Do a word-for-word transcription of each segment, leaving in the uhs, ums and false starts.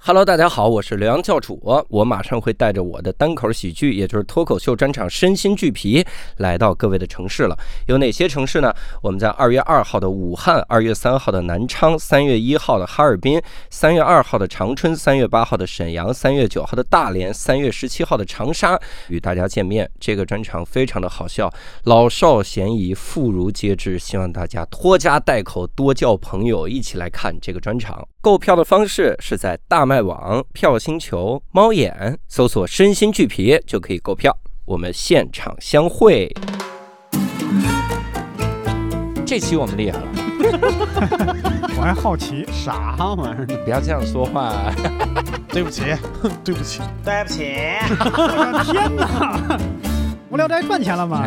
Hello， 大家好，我是刘洋教主，我马上会带着我的单口喜剧，也就是脱口秀专场《身心俱疲》来到各位的城市了。有哪些城市呢？我们在二月二号的武汉，二月三号的南昌，三月一号的哈尔滨，三月二号的长春，三月八号的沈阳，三月九号的大连，三月十七号的长沙，与大家见面。这个专场非常的好笑，老少咸宜，妇孺皆知，希望大家拖家带口，多叫朋友一起来看这个专场。购票的方式是在大麦网、票星球、猫眼搜索身心俱疲就可以购票，我们现场相会。这期我们厉害了。 我还好奇啥玩意儿？ 不要这样说话。 对不起，对不起， 对不起。 天哪！无聊斋赚钱了吗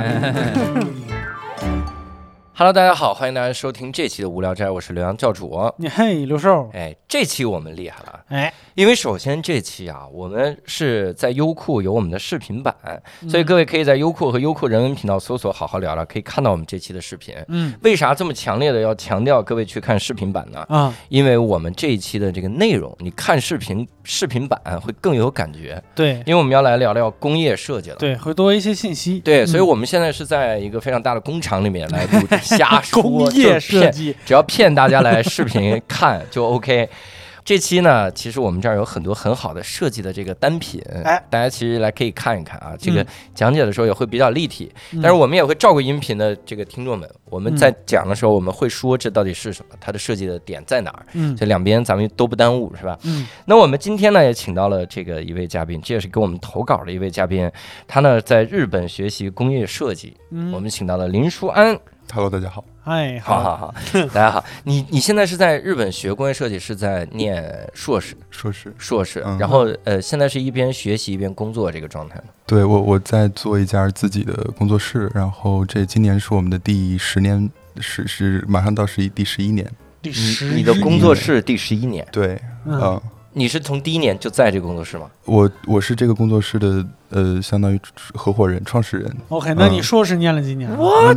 ？Hello， 大家好，欢迎大家收听这期的无聊斋，我是刘洋教主。 你嘿，刘寿。 哎，这期我们厉害了， 哎， 因为首先这期啊，我们是在优酷有我们的视频版，嗯、所以各位可以在优酷和优酷人文频道搜索“好好聊聊”，可以看到我们这期的视频。嗯，为啥这么强烈的要强调各位去看视频版呢？啊，因为我们这一期的这个内容，你看视频视频版会更有感觉。 对， 因为我们要来聊聊工业设计了。 对，会多一些信息。 对，所以我们现在是在一个非常大的工厂里面来录制。瞎说， 工业设计， 只要骗大家来视频看就 OK。这期呢，其实我们这儿有很多很好的设计的这个单品，哎，大家其实来可以看一看啊。这个讲解的时候也会比较立体，嗯、但是我们也会照顾音频的这个听众们。我们在讲的时候，我们会说这到底是什么，它的设计的点在哪儿。嗯，这两边咱们都不耽误，是吧？嗯。那我们今天呢，也请到了这个一位嘉宾，这也是给我们投稿的一位嘉宾，他呢在日本学习工业设计。嗯，我们请到了林书安。 Hello， 大家好。 哎， 好好好，大家好。你你现在是在日本学工业设计，是在念硕士？ 硕士， 硕士。嗯、然后呃，现在是一边学习一边工作这个状态吗？ 对，我我在做一家自己的工作室，然后这今年是我们的第十年，是是马上到十一第十一年。 第十一年，你的工作室第十一年？ 对，嗯。呃你是从第一年就在这个工作室吗？ 我我是这个工作室的呃，相当于合伙人、创始人。 OK， 那你硕士念了几年？ 我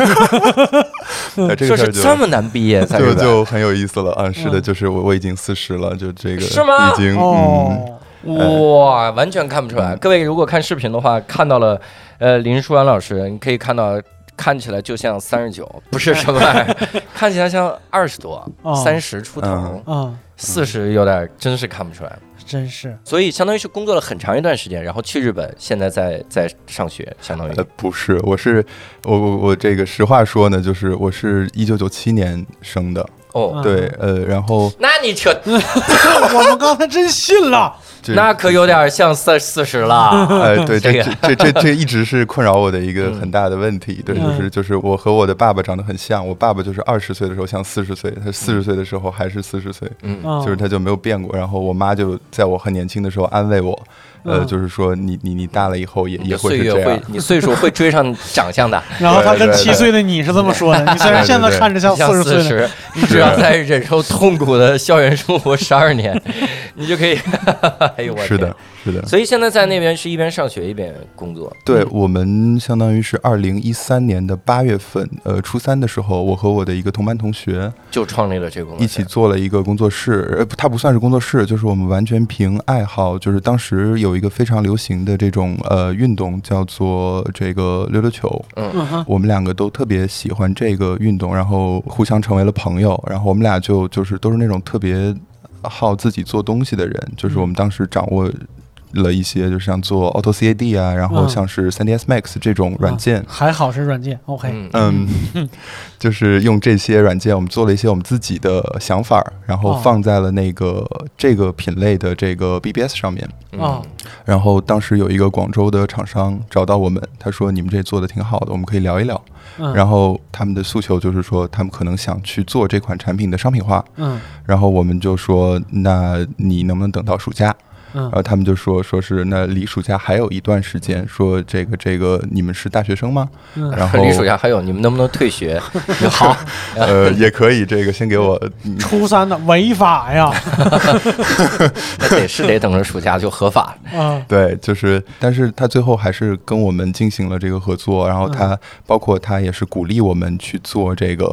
这是这么难毕业， 就就很有意思了啊！是的，就是我我已经四十了，就这个是吗？ 已经哦、 嗯，哇，完全看不出来。各位如果看视频的话，看到了呃林书安老师，你可以看到。看起来就像三十九，不是什么玩意儿，看起来像二十多，三十、哦、出头，嗯，四十有点真是看不出来， 真是。 所以相当于是工作了很长一段时间，然后去日本，现在在在上学，相当于。 呃，不是，我是我我我这个实话说呢，就是我是一九九七年生的。哦，对，呃，然后那你扯， 我们刚才真信了， 那可有点像四四十了。 哎，对，这这这这一直是困扰我的一个很大的问题。对，就是就是我和我的爸爸长得很像，我爸爸就是二十岁的时候像四十岁，他四十岁的时候还是四十岁，嗯，就是他就没有变过。然后我妈就在我很年轻的时候安慰我。呃，就是说你你你大了以后也也会是这样， 你岁数会追上长相的。 然后他跟七岁的你是这么说的，你虽然现在看着像四十岁的， 你只要再忍受痛苦的校园生活十二年，你就可以。哎呦我天！ 是的，是的。 所以现在在那边是一边上学一边工作。 对，我们相当于是二零一三年的八月份，呃，初三的时候，我和我的一个同班同学就创立了这个工作室， 一起做了一个工作室。呃，它不算是工作室，就是我们完全凭爱好，就是当时有一个非常流行的这种呃运动叫做这个溜溜球，嗯，我们两个都特别喜欢这个运动，然后互相成为了朋友，然后我们俩就就是都是那种特别好自己做东西的人，就是我们当时掌握了一些，就像做 Auto C A D 啊，然后像是 三 D S Max 这种软件， 啊、还好是软件 ，OK， 嗯，就是用这些软件，我们做了一些我们自己的想法，然后放在了那个、哦、这个品类的这个 B B S 上面，嗯，然后当时有一个广州的厂商找到我们，他说你们这做的挺好的，我们可以聊一聊。嗯、然后他们的诉求就是说，他们可能想去做这款产品的商品化，嗯，然后我们就说，那你能不能等到暑假？然后他们就说说是那离暑假还有一段时间，说这个这个你们是大学生吗？嗯、然后离暑假还有，你们能不能退学？好， 呃，也可以，这个先给我初三的违法呀， 那得是得等着暑假就合法了。 啊， 对，就是，但是他最后还是跟我们进行了这个合作，然后他、嗯、包括他也是鼓励我们去做这个。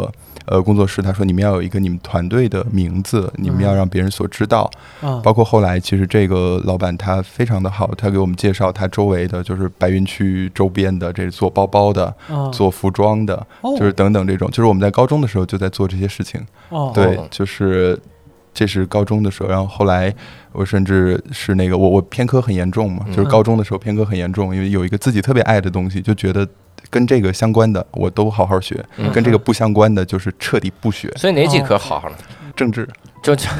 呃工作室，他说你们要有一个你们团队的名字，你们要让别人所知道。嗯、包括后来其实这个老板他非常的好，他给我们介绍他周围的就是白云区周边的这做包包的、嗯、做服装的、哦、就是等等这种，就是我们在高中的时候就在做这些事情。哦，对，就是这是高中的时候，然后后来我甚至是那个我我偏科很严重嘛，就是高中的时候偏科很严重，因为有一个自己特别爱的东西，就觉得跟这个相关的我都好好学，嗯、跟这个不相关的就是彻底不学。 所以哪几科好了？ 政治。 就这，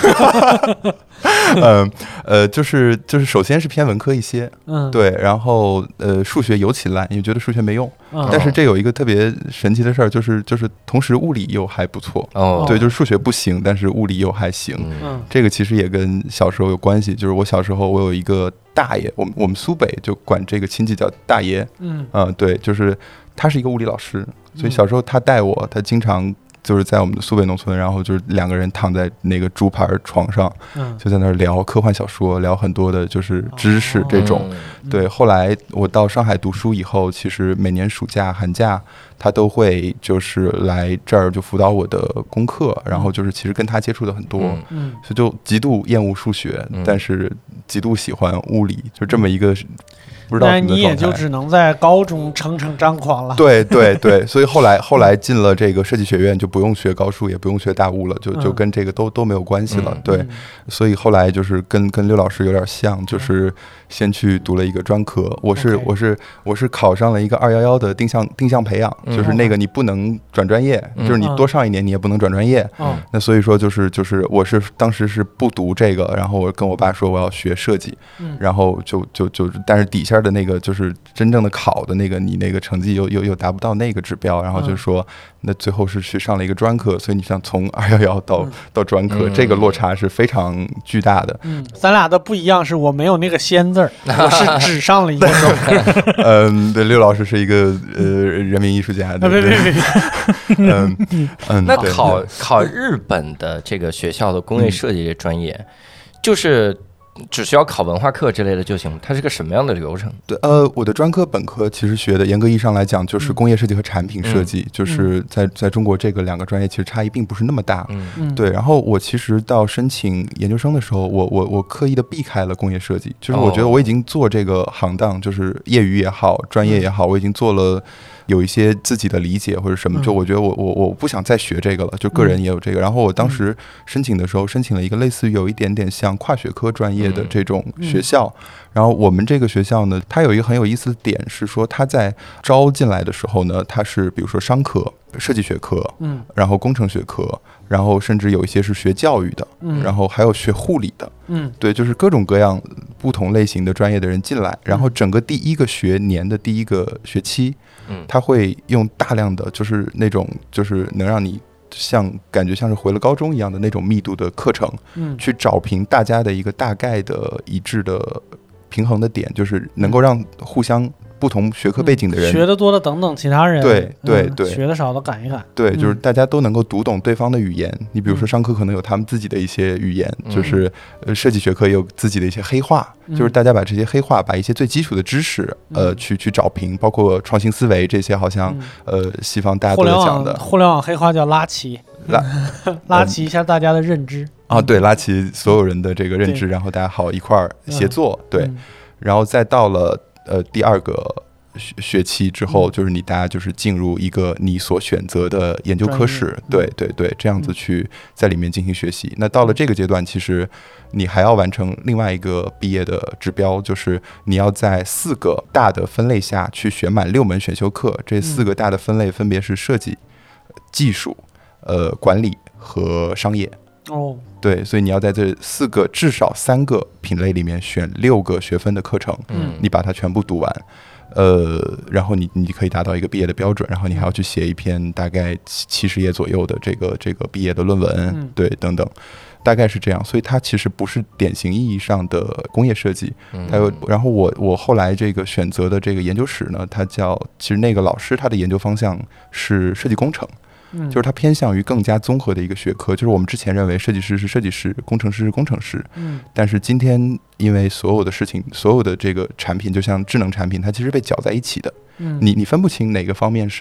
嗯呃，就是就是，首先是偏文科一些，嗯，对，然后呃，数学尤其烂，因为觉得数学没用。嗯、但是这有一个特别神奇的事儿，就是就是同时物理又还不错。哦，对，就是数学不行，但是物理又还行。嗯，这个其实也跟小时候有关系。就是我小时候，我有一个大爷，我们我们苏北就管这个亲戚叫大爷。嗯，啊、呃，对，就是他是一个物理老师，所以小时候他带我，他经常。就是在我们的苏北农村，然后就是两个人躺在那个竹盘床上，嗯、就在那儿聊科幻小说，聊很多的就是知识这种。哦、对，后来我到上海读书以后，其实每年暑假、寒假，他都会就是来这儿就辅导我的功课，然后就是其实跟他接触的很多，嗯、所以就极度厌恶数学，嗯、但是极度喜欢物理，就这么一个。 那你也就只能在高中逞逞张狂了。 对对对，所以后来后来进了这个设计学院，就不用学高数，也不用学大物了，就就跟这个都都没有关系了。对，嗯、所以后来就是跟跟刘老师有点像，就是先去读了一个专科。我是、okay. 我是我是考上了一个二幺幺的定向定向培养，嗯、就是那个你不能转专业，嗯、就是你多上一年你也不能转专业。嗯、那所以说就是就是我是当时是不读这个，然后我跟我爸说我要学设计，嗯、然后就就就但是底下的那个就是真正的考的那个你那个成绩又又又达不到那个指标，然后就说、嗯、那最后是去上了一个专科，所以你想从二幺幺到、嗯、到专科、嗯、这个落差是非常巨大的。 嗯，咱俩的不一样是我没有那个仙字儿，我是只上了一个专科。 嗯，对，刘老师是一个呃人民艺术家。对对对。 嗯嗯，那考考日本的这个学校的工业设计这专业，嗯、就是只需要考文化课之类的就行，它是个什么样的流程？ 对，呃，我的专科本科其实学的，严格意义上来讲，就是工业设计和产品设计，嗯、就是在在中国这个两个专业其实差异并不是那么大。嗯，对。然后我其实到申请研究生的时候，我我我刻意的避开了工业设计，就是我觉得我已经做这个行当，就是业余也好，专业也好，我已经做了。有一些自己的理解或者什么，就我觉得我我我不想再学这个了，就个人也有这个。然后我当时申请的时候，申请了一个类似于有一点点像跨学科专业的这种学校。然后我们这个学校呢，它有一个很有意思的点是说，它在招进来的时候呢，它是比如说商科、设计学科，嗯，然后工程学科，然后甚至有一些是学教育的，嗯，然后还有学护理的，嗯，对，就是各种各样不同类型的专业的人进来。然后整个第一个学年的第一个学期，嗯，他会用大量的就是那种就是能让你像感觉像是回了高中一样的那种密度的课程，嗯，去找平大家的一个大概的一致的平衡的点，就是能够让互相不同学科背景的人、 嗯、学得多的等等其他人， 对对对、嗯， 学得少的赶一赶， 对，就是大家都能够读懂对方的语言。嗯、你比如说商科可能有他们自己的一些语言，嗯、就是呃设计学科也有自己的一些黑话，嗯、就是大家把这些黑话，把一些最基础的知识，嗯、呃，去去找平，包括创新思维这些，好像、嗯、呃西方大家都在讲的。 互联网黑话叫拉齐，拉拉齐一下大家的认知。 啊，对，拉齐所有人的这个认知，然后大家好一块儿协作，嗯、对，嗯、然后再到了呃第二个学学期之后，嗯、就是你大家就是进入一个你所选择的研究科室，对对对，这样子去在里面进行学习。嗯、那到了这个阶段，其实你还要完成另外一个毕业的指标，就是你要在四个大的分类下去选满六门选修课。这四个大的分类分别是设计、技术、呃管理和商业。哦，对，所以你要在这四个至少三个品类里面选六个学分的课程，嗯，你把它全部读完，呃，然后你你可以达到一个毕业的标准，然后你还要去写一篇大概七十页左右的这个这个毕业的论文，嗯、对，等等，大概是这样。所以它其实不是典型意义上的工业设计，它有。然后我我后来这个选择的这个研究室呢，它叫其实那个老师他的研究方向是设计工程。就是它偏向于更加综合的一个学科，就是我们之前认为设计师是设计师，工程师是工程师，嗯，但是今天因为所有的事情，所有的这个产品就像智能产品，它其实被搅在一起的，嗯，你你分不清哪个方面是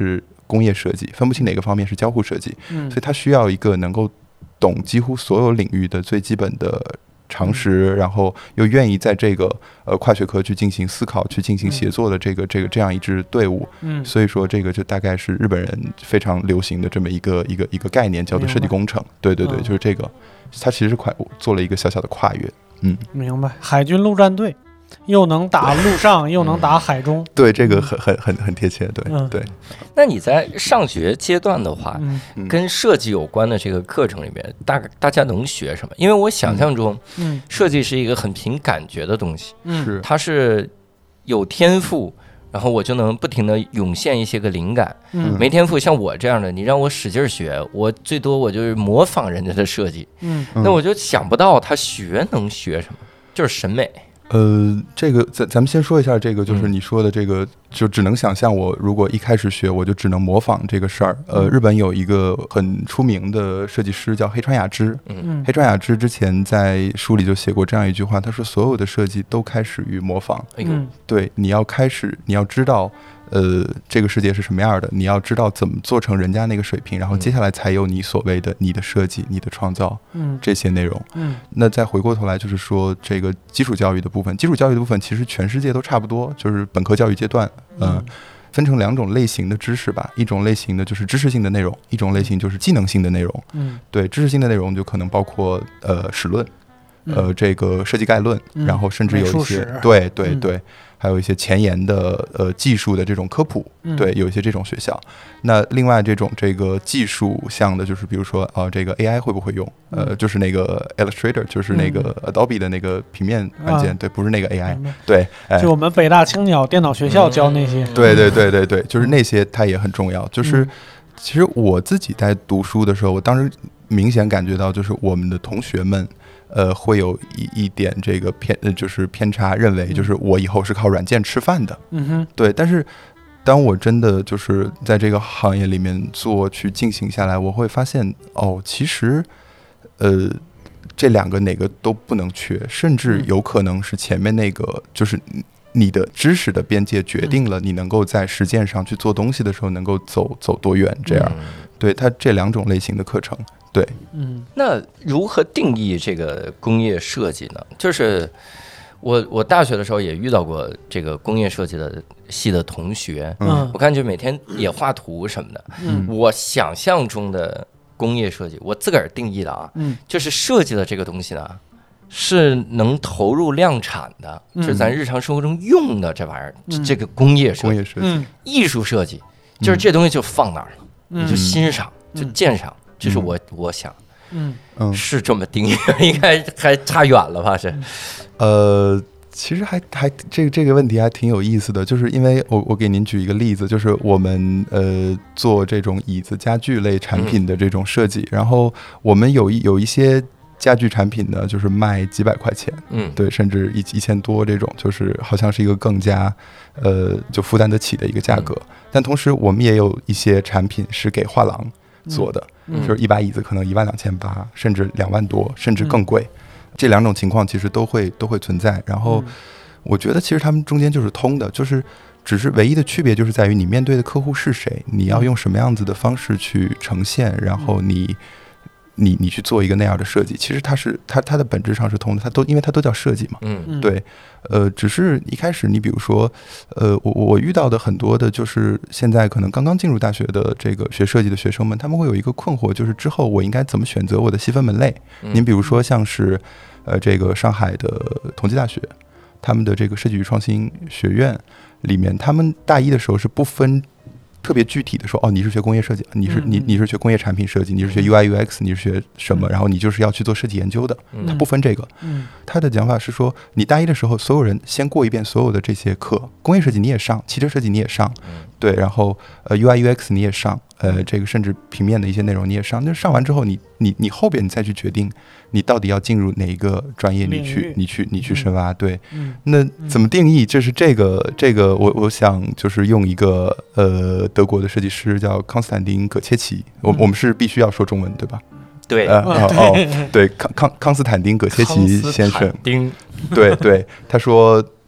工业设计，分不清哪个方面是交互设计， 嗯， 所以他需要一个能够懂几乎所有领域的最基本的常识，然后又愿意在这个呃跨学科去进行思考、去进行协作的这个这个这样一支队伍。 嗯， 所以说这个就大概是日本人非常流行的这么一个一个一个概念，叫做设计工程。对对对， 嗯、 就是这个，它其实是跨做了一个小小的跨越。嗯， 明白。海军陆战队。又能打陆上，又能打海中， 对，这个很很很很贴切，对、嗯、对。 那你在上学阶段的话， 嗯、 跟设计有关的这个课程里面，大概大家能学什么？因为我想象中， 嗯， 设计是一个很凭感觉的东西， 嗯， 是它是有天赋，然后我就能不停的涌现一些个灵感。 嗯， 没天赋，像我这样的，你让我使劲学，我最多我就是模仿人家的设计， 嗯， 那我就想不到他学能学什么，就是审美。 呃，这个咱咱们先说一下这个，就是你说的这个，就只能想象我如果一开始学，我就只能模仿这个事儿。呃，日本有一个很出名的设计师叫黑川雅之， 嗯， 黑川雅之之前在书里就写过这样一句话，他说所有的设计都开始于模仿。 哎呦， 对，你要开始，你要知道。呃，这个世界是什么样的？你要知道怎么做成人家那个水平，然后接下来才有你所谓的你的设计、你的创造， 嗯， 这些内容。 嗯， 那再回过头来，就是说这个基础教育的部分，基础教育的部分其实全世界都差不多，就是本科教育阶段，嗯、呃，分成两种类型的知识吧，一种类型的就是知识性的内容，一种类型就是技能性的内容。 嗯， 对，知识性的内容就可能包括呃史论，呃这个设计概论， 嗯、 然后甚至有一些对对对。嗯还有一些前沿的呃技术的这种科普， 嗯、 对，有一些这种学校。那另外这种这个技术项的，就是比如说呃这个 A I 会不会用？呃， 嗯、 就是那个 Illustrator， 就是那个 Adobe 的那个平面软件， 啊、 对，不是那个 A I，、嗯、对、哎， 就我们北大青鸟电脑学校教那些。 对对对对对，就是那些它也很重要。就是、嗯、其实我自己在读书的时候，我当时明显感觉到，就是我们的同学们。呃，会有一一点这个偏，呃，就是偏差，认为就是我以后是靠软件吃饭的， 嗯哼， 对。但是，当我真的就是在这个行业里面做去进行下来，我会发现，哦，其实，呃，这两个哪个都不能缺，甚至有可能是前面那个，就是你的知识的边界决定了你能够在实践上去做东西的时候能够走走多远，这样，嗯、对它这两种类型的课程。对， 嗯， 那如何定义这个工业设计呢？就是我我大学的时候也遇到过这个工业设计的系的同学， 嗯， 我看就每天也画图什么的， 嗯， 我想象中的工业设计，我自个儿定义的啊， 嗯， 就是设计的这个东西呢，是能投入量产的， 嗯、 就是咱日常生活中用的这玩意儿，嗯、这个工业设计， 工业设计， 嗯、 艺术设计，就是这东西就放那儿了， 嗯、 你就欣赏， 嗯、 就鉴赏。这是我我想， 嗯嗯， 是这么定义，应该还差远了吧？是， 呃，其实还还这个这个问题还挺有意思的，就是因为我我给您举一个例子，就是我们呃做这种椅子家具类产品的这种设计，嗯、然后我们有一有一些家具产品呢，就是卖几百块钱， 嗯， 对，甚至一一千多这种，就是好像是一个更加呃就负担得起的一个价格，嗯、但同时我们也有一些产品是给画廊做的， 嗯、 就是一把椅子可能一万两千八，甚至两万多，甚至更贵。嗯、这两种情况其实都会都会存在。然后，我觉得其实他们中间就是通的，就是只是唯一的区别就是在于你面对的客户是谁，你要用什么样子的方式去呈现，然后你你你去做一个那样的设计。其实它是它它的本质上是通的，它都因为它都叫设计嘛。 嗯， 对。呃，只是一开始你比如说，呃，我我遇到的很多的就是现在可能刚刚进入大学的这个学设计的学生们，他们会有一个困惑，就是之后我应该怎么选择我的细分门类？ 嗯、 您比如说像是呃这个上海的同济大学，他们的这个设计与创新学院里面，他们大一的时候是不分特别具体的说，哦，你是学工业设计，你是你你是学工业产品设计，你是学 U I U X， 你是学什么？然后你就是要去做设计研究的，他不分这个。他的讲法是说，你大一的时候，所有人先过一遍所有的这些课，工业设计你也上，汽车设计你也上，对，然后呃 U I U X 你也上，呃这个甚至平面的一些内容你也上。那上完之后，你你你后边你再去决定你到底要进入哪一个专业，你去你去你去深挖。对，那怎么定义？这是这个这个我我想就是用一个呃德国的设计师叫康斯坦丁·葛切奇，我我们是必须要说中文对吧？ 对， 呃哦哦，对康康康斯坦丁·葛切奇先生， 丁， 对对，他说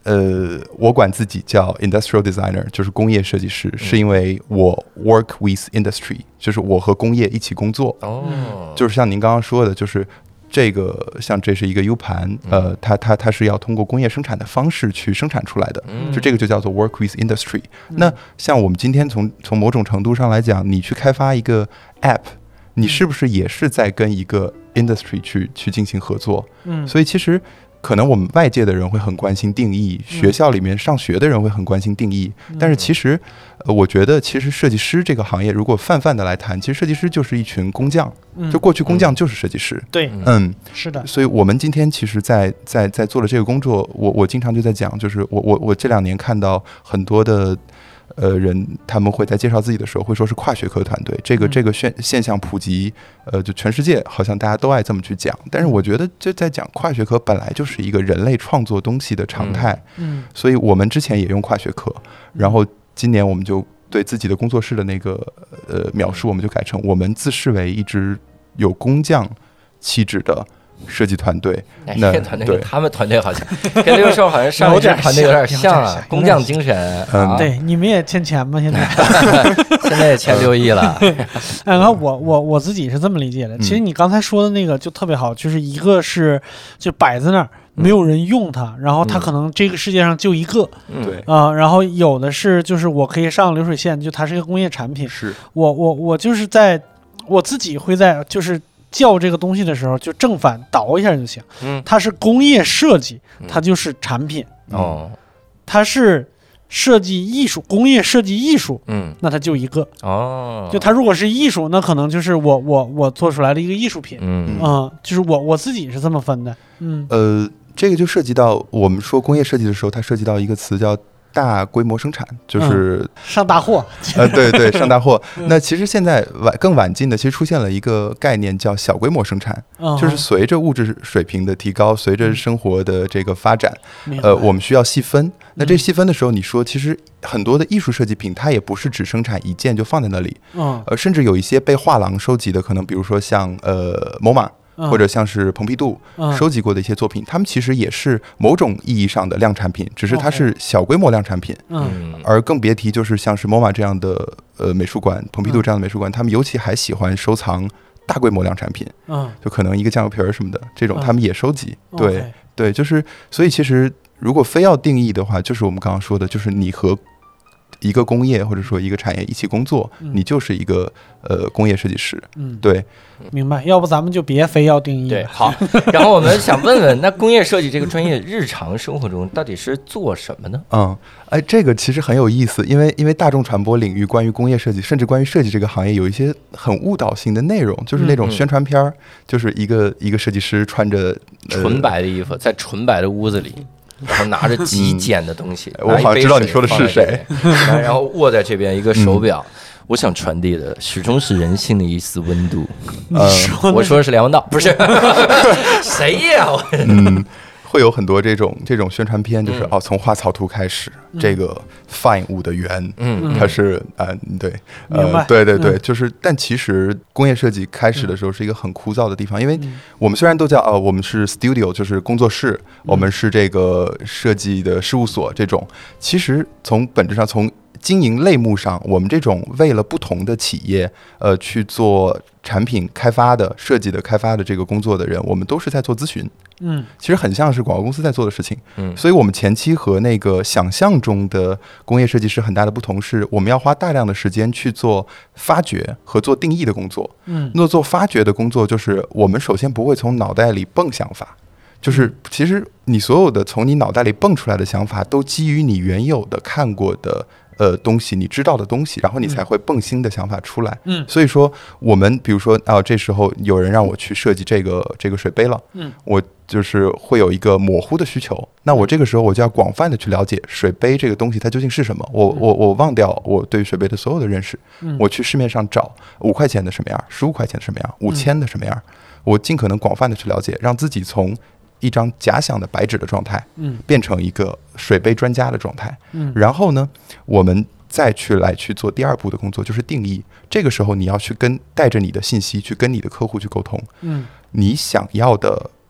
呃，我管自己叫 industrial designer， 就是工业设计师，嗯、是因为我 work with industry， 就是我和工业一起工作。哦，就是像您刚刚说的，就是这个像这是一个 U 盘，呃，它它它是要通过工业生产的方式去生产出来的，嗯、就这个就叫做 work with industry。嗯、那像我们今天从从某种程度上来讲，你去开发一个 app， 你是不是也是在跟一个 industry 去去进行合作？嗯，所以其实。可能我们外界的人会很关心定义，学校里面上学的人会很关心定义，嗯、但是其实，呃，我觉得其实设计师这个行业，如果泛泛的来谈，其实设计师就是一群工匠，嗯、就过去工匠就是设计师。对，嗯， 是的。 所以我们今天其实在，在在在做的这个工作，我我经常就在讲，就是我我我这两年看到很多的。呃，人他们会在介绍自己的时候会说是跨学科团队，这个这个现现象普及，呃，就全世界好像大家都爱这么去讲。但是我觉得这在讲跨学科本来就是一个人类创作东西的常态，嗯，所以我们之前也用跨学科，然后今年我们就对自己的工作室的那个呃描述，我们就改成我们自视为一支有工匠气质的。设计团队， 那团队他们团队好像跟六兽好像上一支团队有点像啊，工匠精神。 嗯，对，你们也欠钱吗？现在现在也欠六亿了。 然后我我我自己是这么理解的，其实你刚才说的那个就特别好，就是一个是就摆在那儿。没有人用它，然后它可能这个世界上就一个， 对啊、呃，然后有的是就是我可以上流水线，就它是一个工业产品。 是我我我就是在我自己会在就是。叫这个东西的时候，就正反倒一下就行。嗯，它是工业设计，它就是产品。哦、嗯，它是设计艺术，工业设计艺术。嗯，那它就一个。哦，就它如果是艺术，那可能就是我我我做出来的一个艺术品。嗯嗯，就是我我自己是这么分的。嗯， 呃，这个就涉及到我们说工业设计的时候，它涉及到一个词叫。大规模生产就是、 嗯、上大货， 呃，对对，上大货。嗯、那其实现在晚更晚近的，其实出现了一个概念叫小规模生产，嗯、就是随着物质水平的提高，随着生活的这个发展，嗯、呃，我们需要细分。那这细分的时候，你说其实很多的艺术设计品，它也不是只生产一件就放在那里，嗯、呃，甚至有一些被画廊收集的，可能比如说像呃 M O M A。或者像是蓬皮杜收集过的一些作品，他们其实也是某种意义上的量产品，只是它是小规模量产品。嗯，而更别提就是像是 M O M A 这样的呃美术馆，蓬皮杜这样的美术馆，他们尤其还喜欢收藏大规模量产品。嗯，就可能一个酱油瓶什么的这种，他们也收集。对对，就是所以其实如果非要定义的话，就是我们刚刚说的，就是你和一个工业或者说一个产业一起工作，嗯、你就是一个呃工业设计师。嗯，对， 明白。要不咱们就别非要定义了。 对，好。然后我们想问问，那工业设计这个专业日常生活中到底是做什么呢？ 嗯，哎，这个其实很有意思，因为因为大众传播领域关于工业设计，甚至关于设计这个行业，有一些很误导性的内容，就是那种宣传片，嗯、就是一个一个设计师穿着、 呃、纯白的衣服，在纯白的屋子里。然后拿着极简的东西， 嗯、我好像知道你说的是谁。 然后握在这边一个手表，嗯、我想传递的始终是人性的一丝温度。呃，我说的是梁文道，不是谁呀？ 嗯，会有很多这种这种宣传片，就是、嗯、哦，从画草图开始，嗯、这个 fine 五的圆，嗯，它是啊、呃，对，呃，对对对，嗯、就是，但其实工业设计开始的时候是一个很枯燥的地方，因为我们虽然都叫哦，我们是 studio， 就是工作室，我们是这个设计的事务所这种，其实从本质上从经营类目上，我们这种为了不同的企业，呃，去做产品开发的、设计的、开发的这个工作的人，我们都是在做咨询。嗯，其实很像是广告公司在做的事情。嗯，所以我们前期和那个想象中的工业设计师很大的不同是，我们要花大量的时间去做发掘和做定义的工作。嗯，那做发掘的工作就是我们首先不会从脑袋里蹦想法。就是其实你所有的从你脑袋里蹦出来的想法，都基于你原有的看过的呃东西，你知道的东西，然后你才会蹦新的想法出来。嗯，所以说我们比如说啊，这时候有人让我去设计这个这个水杯了，嗯，我就是会有一个模糊的需求，那我这个时候我就要广泛的去了解水杯这个东西它究竟是什么。我我我忘掉我对水杯的所有的认识，嗯，我去市面上找五块钱的什么样，十五块钱的什么样，五千的什么样，我尽可能广泛的去了解，让自己从一张假想的白纸的状态，嗯，变成一个水杯专家的状态，嗯，然后呢，我们再去来去做第二步的工作，就是定义。这个时候你要去跟带着你的信息去跟你的客户去沟通，嗯，你想要的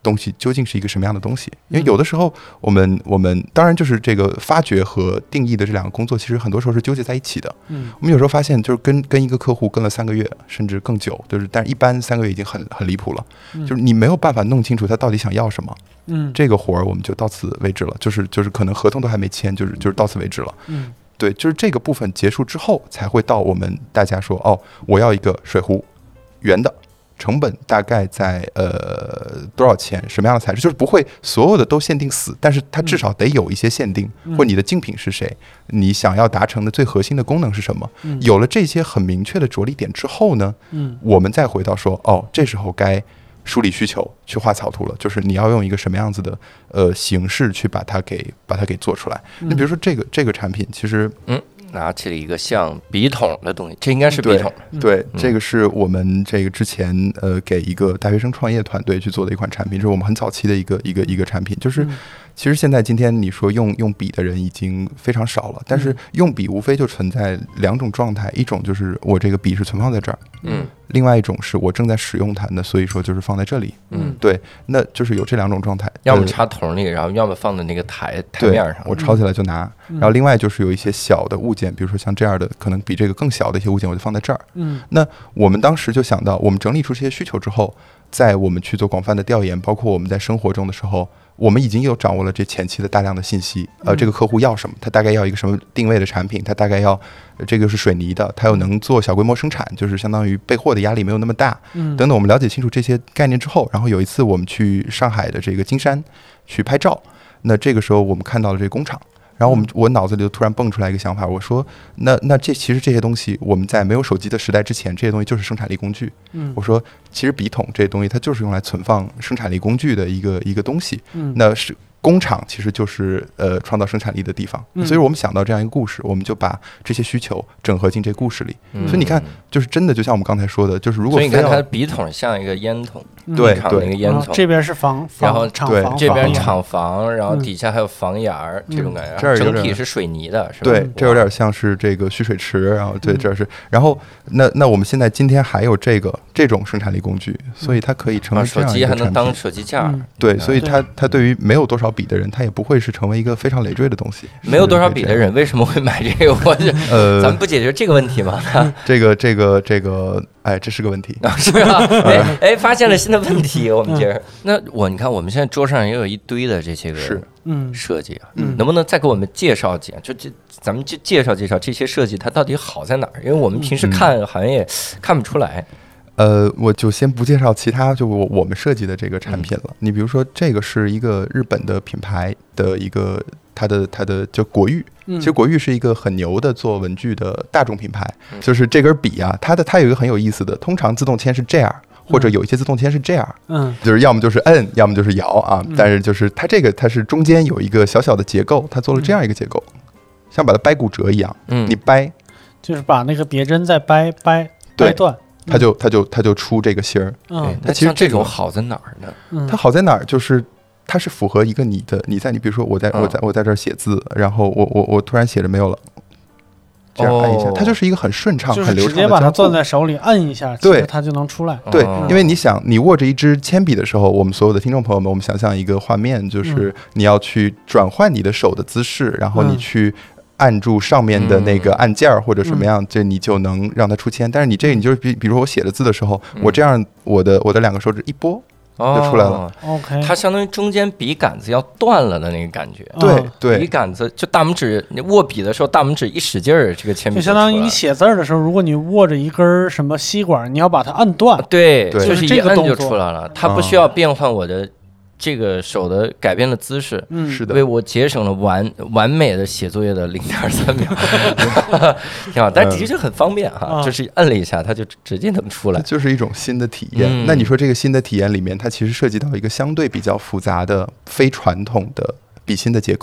东西究竟是一个什么样的东西？因为有的时候我们我们当然就是这个发掘和定义的这两个工作，其实很多时候是纠结在一起的。嗯，我们有时候发现就是跟跟一个客户跟了三个月甚至更久，就是但是一般三个月已经很很离谱了，嗯、就是你没有办法弄清楚他到底想要什么。嗯，这个活儿我们就到此为止了，就是就是可能合同都还没签，就是就是到此为止了。嗯。对，就是这个部分结束之后，才会到我们大家说，哦，我要一个水壶，圆的，成本大概在呃多少钱，什么样的材质，就是不会所有的都限定死，但是它至少得有一些限定，嗯、或你的竞品是谁，你想要达成的最核心的功能是什么。嗯、有了这些很明确的着力点之后呢，嗯、我们再回到说，哦，这时候该梳理需求，去画草图了，就是你要用一个什么样子的呃形式去把它给把它给做出来。你、嗯、比如说这个这个产品，其实嗯，拿起了一个像笔筒的东西，这应该是笔筒。 对，对嗯、这个是我们这个之前呃给一个大学生创业团队去做的一款产品，这是我们很早期的一个一个一个产品，就是。嗯其实现在今天你说用用笔的人已经非常少了，但是用笔无非就存在两种状态，一种就是我这个笔是存放在这儿，嗯，另外一种是我正在使用它，那所以说就是放在这里，嗯，对，那就是有这两种状态， 要么插桶里，然后要么放在那个台台面上， 我抄起来就拿，嗯、然后另外就是有一些小的物件，比如说像这样的，可能比这个更小的一些物件，我就放在这儿，嗯，那我们当时就想到，我们整理出这些需求之后，在我们去做广泛的调研，包括我们在生活中的时候。我们已经有掌握了这前期的大量的信息，呃，这个客户要什么，他大概要一个什么定位的产品，他大概要这个是水泥的，他又能做小规模生产，就是相当于备货的压力没有那么大，嗯，等等，我们了解清楚这些概念之后，然后有一次我们去上海的这个金山去拍照，那这个时候我们看到了这个工厂。然后我们我脑子里就突然蹦出来一个想法，我说那那这其实这些东西我们在没有手机的时代之前，这些东西就是生产力工具。嗯，我说其实笔筒这些东西它就是用来存放生产力工具的一个一个东西。嗯，那是工厂其实就是呃创造生产力的地方。嗯，所以我们想到这样一个故事，我们就把这些需求整合进这故事里。嗯，所以你看，就是真的就像我们刚才说的，就是如果所以你看它的笔筒像一个烟筒。 对对，那个烟囱， 这边是防， 然后厂房， 这边厂房，然后底下还有房檐儿，这种感觉。这整体是水泥的，是吧？ 对，这有点像是这个蓄水池，然后对，这是，然后那那我们现在今天还有这个这种生产力工具，所以它可以成为这样一个产品，手机还能当手机架。 对，所以它它对于没有多少笔的人，它也不会是成为一个非常累赘的东西。 没有多少笔的人为什么会买这个？我呃，咱们不解决这个问题吗？ 这个这个这个。哎，这是个问题， 是吧？哎哎，发现了新的问题，我们接着。那我你看，我们现在桌上也有一堆的这些个嗯设计啊，嗯，能不能再给我们介绍几？就这，咱们就介绍介绍这些设计它到底好在哪儿？因为我们平时看好像也看不出来。 呃，我就先不介绍其他，就我我们设计的这个产品了。嗯、你比如说，这个是一个日本的品牌的一个。它的它的就国誉，其实国誉是一个很牛的做文具的大众品牌。嗯、就是这根笔啊，它的它有一个很有意思的，通常自动铅是这样，或者有一些自动铅是这样，嗯，就是要么就是摁，要么就是摇啊。嗯、但是就是它这个它是中间有一个小小的结构，它做了这样一个结构，嗯、像把它掰骨折一样，嗯，你掰， 就是把那个别针再掰掰掰断。 它就它就它就出这个芯儿。 嗯，它其实这种好在哪儿呢？ 嗯、它好在哪儿就是。它是符合一个你的，你在你比如说我在我在我在这儿写字，然后我我我突然写着没有了，这样按一下，它就是一个很顺畅、很流畅的。 直接把它攥在手里，按一下，对，它就能出来。 对，因为你想，你握着一支铅笔的时候，我们所有的听众朋友们，我们想象一个画面，就是你要去转换你的手的姿势，然后你去按住上面的那个按键或者什么样，这你就能让它出铅。但是你这个，你就是比比如说我写的字的时候，我这样我的我的两个手指一拨。就出来了。 OK， 它相当于中间笔杆子要断了的那个感觉。 对对， 笔杆子就大拇指，你握笔的时候，大拇指一使劲儿，这个铅笔就相当于你写字的时候，如果你握着一根什么吸管，你要把它按断。 对，就是一摁就出来了，它不需要变换我的。这个手的改变的姿势， 嗯，是的， 为我节省了完完美的写作业的零点三秒，挺好。但的确很方便哈，嗯、就是摁了一下，它就直接能出来， 就是一种新的体验。嗯、那你说这个新的体验里面，它其实涉及到一个相对比较复杂的、非传统的笔芯的结构。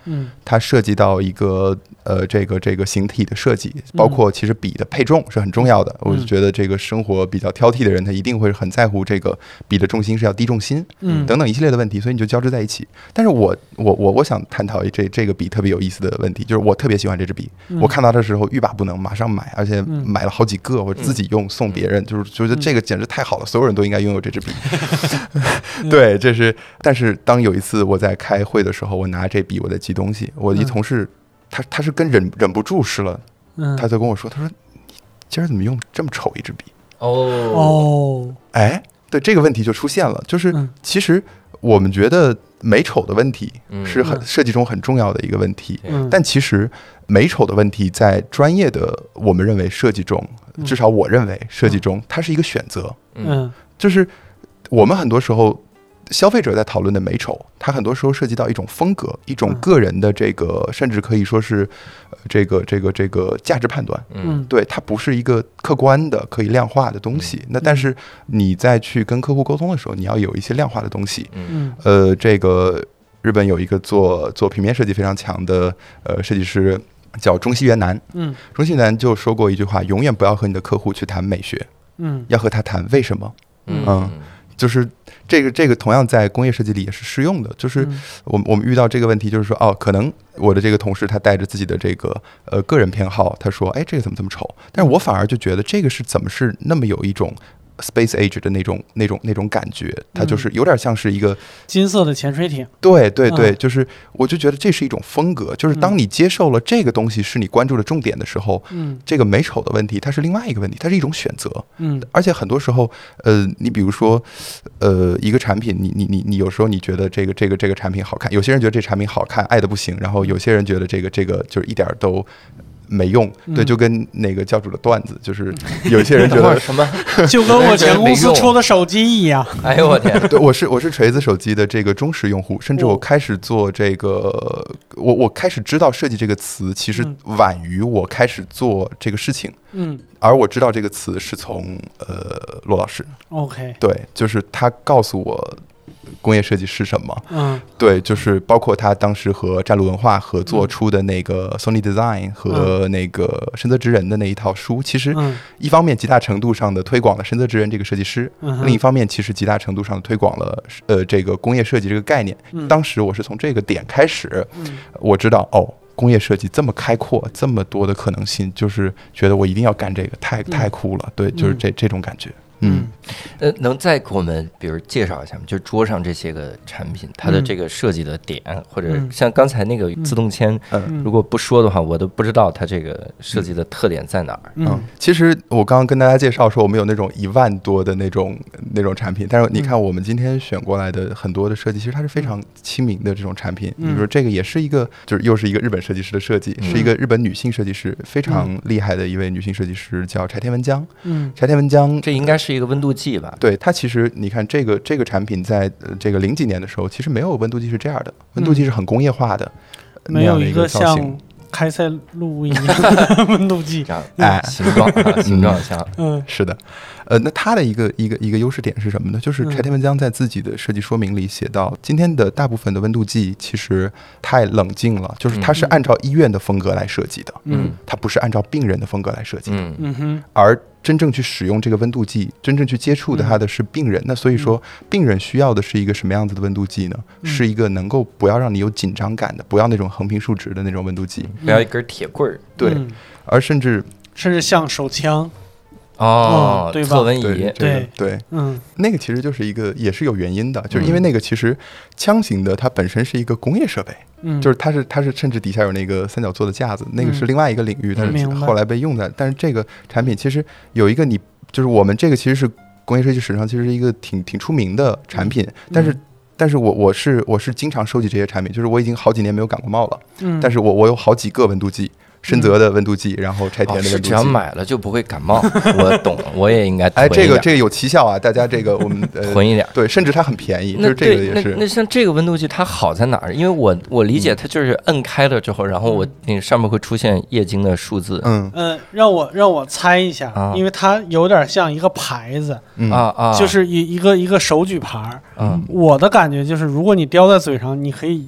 嗯，它涉及到一个呃这个这个形体的设计，包括其实笔的配重是很重要的。嗯、我就觉得这个生活比较挑剔的人，他一定会很在乎这个笔的重心是要低重心，嗯，等等一系列的问题，所以你就交织在一起。但是我我我我想探讨这这个笔特别有意思的问题，就是我特别喜欢这支笔，嗯、我看到的时候欲罢不能，马上买，而且买了好几个，我自己用送别人，嗯、就是觉得这个简直太好了，所有人都应该拥有这支笔。对，这是。但是当有一次我在开会的时候，我拿这笔我在记东西，我一同事他他是跟忍忍不住湿了，他就跟我说，他说你今儿怎么用这么丑一支笔？ 哦哦， 哎，对，这个问题就出现了，就是其实我们觉得美丑的问题是很设计中很重要的一个问题，但其实美丑的问题在专业的我们认为设计中，至少我认为设计中它是一个选择，嗯，就是我们很多时候。消费者在讨论的美丑，它很多时候涉及到一种风格，一种个人的这个，甚至可以说是这个这个这个价值判断。嗯，对，它不是一个客观的可以量化的东西。那但是你在去跟客户沟通的时候，你要有一些量化的东西。嗯，呃，这个日本有一个做做平面设计非常强的呃设计师叫中西元男。嗯，中西元男就说过一句话：永远不要和你的客户去谈美学。嗯，要和他谈为什么。嗯。嗯就是这个，这个同样在工业设计里也是适用的。就是我们我们遇到这个问题，就是说，哦，可能我的这个同事他带着自己的这个呃个人偏好，他说，哎，这个怎么这么丑？但是我反而就觉得这个是怎么是那么有一种 Space Age 的那种那种那种感觉，它就是有点像是一个金色的潜水艇。 对对对，嗯、就是我就觉得这是一种风格，就是当你接受了这个东西是你关注的重点的时候，嗯，这个美丑的问题它是另外一个问题，它是一种选择，嗯，而且很多时候，呃，你比如说，呃，一个产品，你你你你有时候你觉得这个这个这个产品好看，有些人觉得这产品好看，爱的不行，然后有些人觉得这个这个就是一点都。没用，对，就跟那个教主的段子，就是有些人觉得什么， 就跟我前公司出的手机一样。 哎呦我天！ 对，我是我是锤子手机的这个忠实用户，甚至我开始做这个，我我开始知道设计这个词，其实晚于我开始做这个事情。嗯，而我知道这个词是从呃骆老师。 OK， 对，就是他告诉我。工业设计是什么？嗯，对，就是包括他当时和战路文化合作出的那个 Sony Design 和那个深泽直人的那一套书，其实一方面极大程度上的推广了深泽直人这个设计师，另一方面其实极大程度上的推广了呃这个工业设计这个概念。当时我是从这个点开始，我知道哦。工业设计这么开阔，这么多的可能性，就是觉得我一定要干这个，太太酷了。对，就是这这种感觉。嗯， 呃，能再给我们比如介绍一下吗？就桌上这些个产品，它的这个设计的点，嗯、或者像刚才那个自动铅，嗯，如果不说的话，我都不知道它这个设计的特点在哪儿。 嗯，嗯其实我刚刚跟大家介绍说，我们有那种一万多的那种那种产品，但是你看我们今天选过来的很多的设计，其实它是非常亲民的这种产品。嗯、比如说这个也是一个，就是又是一个日本设计师的设计，嗯、是一个日本女性设计师，非常厉害的一位女性设计师，叫柴田文江。嗯，柴田文江， 这应该是。是一个温度计吧？ 对，它其实你看这个这个产品在这个零几年的时候，其实没有温度计是这样的，温度计是很工业化的， 嗯、没有一个像开塞露一样的温度计， 哎，形状啊，形状像， 嗯，是的。呃，那它的一个一个一个优势点是什么呢？就是柴田文江在自己的设计说明里写到，今天的大部分的温度计其实太冷静了，就是它是按照医院的风格来设计的，嗯，它不是按照病人的风格来设计的，嗯哼，而真正去使用这个温度计，真正去接触的它的是病人。那所以说，病人需要的是一个什么样子的温度计呢？是一个能够不要让你有紧张感的，不要那种横平竖直的那种温度计， 不要一根铁棍儿， 对，而甚至甚至像手枪。 哦， 对吧？ 测温仪， 对对对，嗯，那个其实就是一个，也是有原因的，就是因为那个其实枪型的它本身是一个工业设备，嗯，就是它是它是甚至底下有那个三角座的架子，那个是另外一个领域，但是后来被用在，但是这个产品其实有一个你就是我们这个其实是工业设计史上其实是一个挺挺出名的产品，但是。但是我我是我是经常收集这些产品，就是我已经好几年没有感过冒了，嗯，但是我我有好几个温度计。深泽的温度计，然后柴田的温度计， 哦、只要买了就不会感冒。我懂，我也应该囤一点。哎，这个这个有奇效啊！大家这个我们、呃、 囤一点， 对，甚至它很便宜。就是这个也是。 那, 那像这个温度计它好在哪儿？因为我我理解它就是摁开了之后，嗯、然后我那个上面会出现液晶的数字。 嗯嗯、呃，让我让我猜一下，啊、因为它有点像一个牌子， 嗯、啊啊， 就是一一个一个手举牌。嗯，我的感觉就是，如果你叼在嘴上，你可以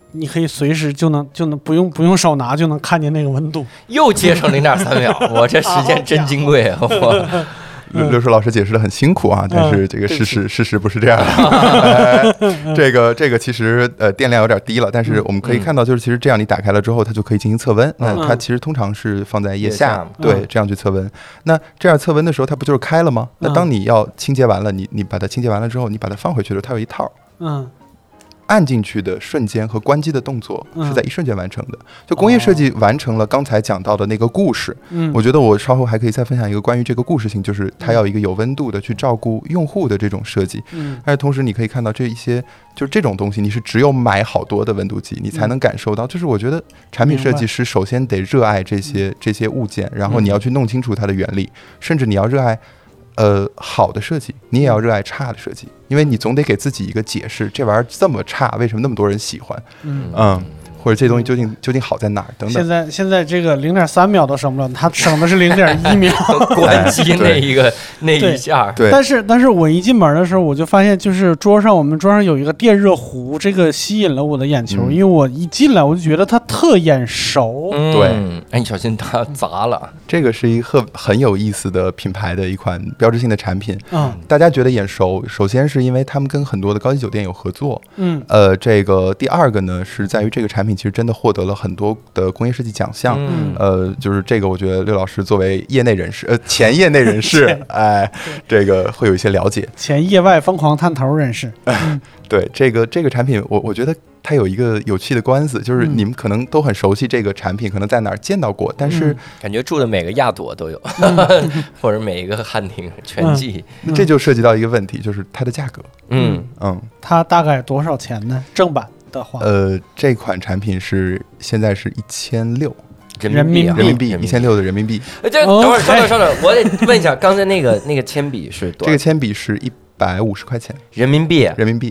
你可以随时就能就能不用不用手拿就能看见那个温度。 又节省零点三秒，我这时间真金贵啊！我。 刘刘硕老师解释的很辛苦啊，但是这个事实、嗯、事实不是这样的。呃、这个这个其实呃电量有点低了，但是我们可以看到，就是其实这样你打开了之后，它就可以进行测温。嗯、那它其实通常是放在腋下，嗯、对，这样去测温。那这样测温的时候，它不就是开了吗？那当你要清洁完了，你你把它清洁完了之后，你把它放回去的时候，它有一套。嗯。按进去的瞬间和关机的动作是在一瞬间完成的，嗯、就工业设计完成了刚才讲到的那个故事。嗯，我觉得我稍后还可以再分享一个关于这个故事性，就是它要一个有温度的去照顾用户的这种设计。嗯，但是同时你可以看到这一些就是这种东西，你是只有买好多的温度计，你才能感受到。就是我觉得产品设计师首先得热爱这些这些物件，然后你要去弄清楚它的原理，甚至你要热爱。呃，好的设计，你也要热爱差的设计，因为你总得给自己一个解释，这玩意儿这么差，为什么那么多人喜欢？嗯嗯，或者这东西究竟究竟好在哪儿？等等。 现在现在这个零点三秒都省不了，它省的是零点一秒， 关机那一个那一下。 对。 但是但是我一进门的时候，我就发现，就是桌上我们桌上有一个电热壶，这个吸引了我的眼球，嗯、因为我一进来我就觉得它特眼熟。 嗯、对，哎，你小心它砸了。 这个是一个很有意思的品牌的一款标志性的产品。嗯，大家觉得眼熟，首先是因为他们跟很多的高级酒店有合作。嗯，呃，这个第二个呢是在于这个产品其实真的获得了很多的工业设计奖项。嗯，呃，就是这个我觉得刘老师作为业内人士，呃，前业内人士，哎，这个会有一些了解。 前业外疯狂探头人士。 嗯、对，这个这个产品，我我觉得。它有一个有趣的官司，就是你们可能都很熟悉这个产品，可能在哪儿见到过，但是、 嗯、感觉住的每个亚朵都有，嗯、或者每一个汉庭全季、 嗯，这就涉及到一个问题，就是它的价格。嗯嗯，它大概多少钱呢？正版的话， 呃，这款产品是现在是一千六。 人民币， 人民币一千六的人民币。 这等会儿，稍等，稍等，我得问一下，刚才那个那个铅笔是多少？ 这个铅笔是一百五十块钱人民币， 人民币。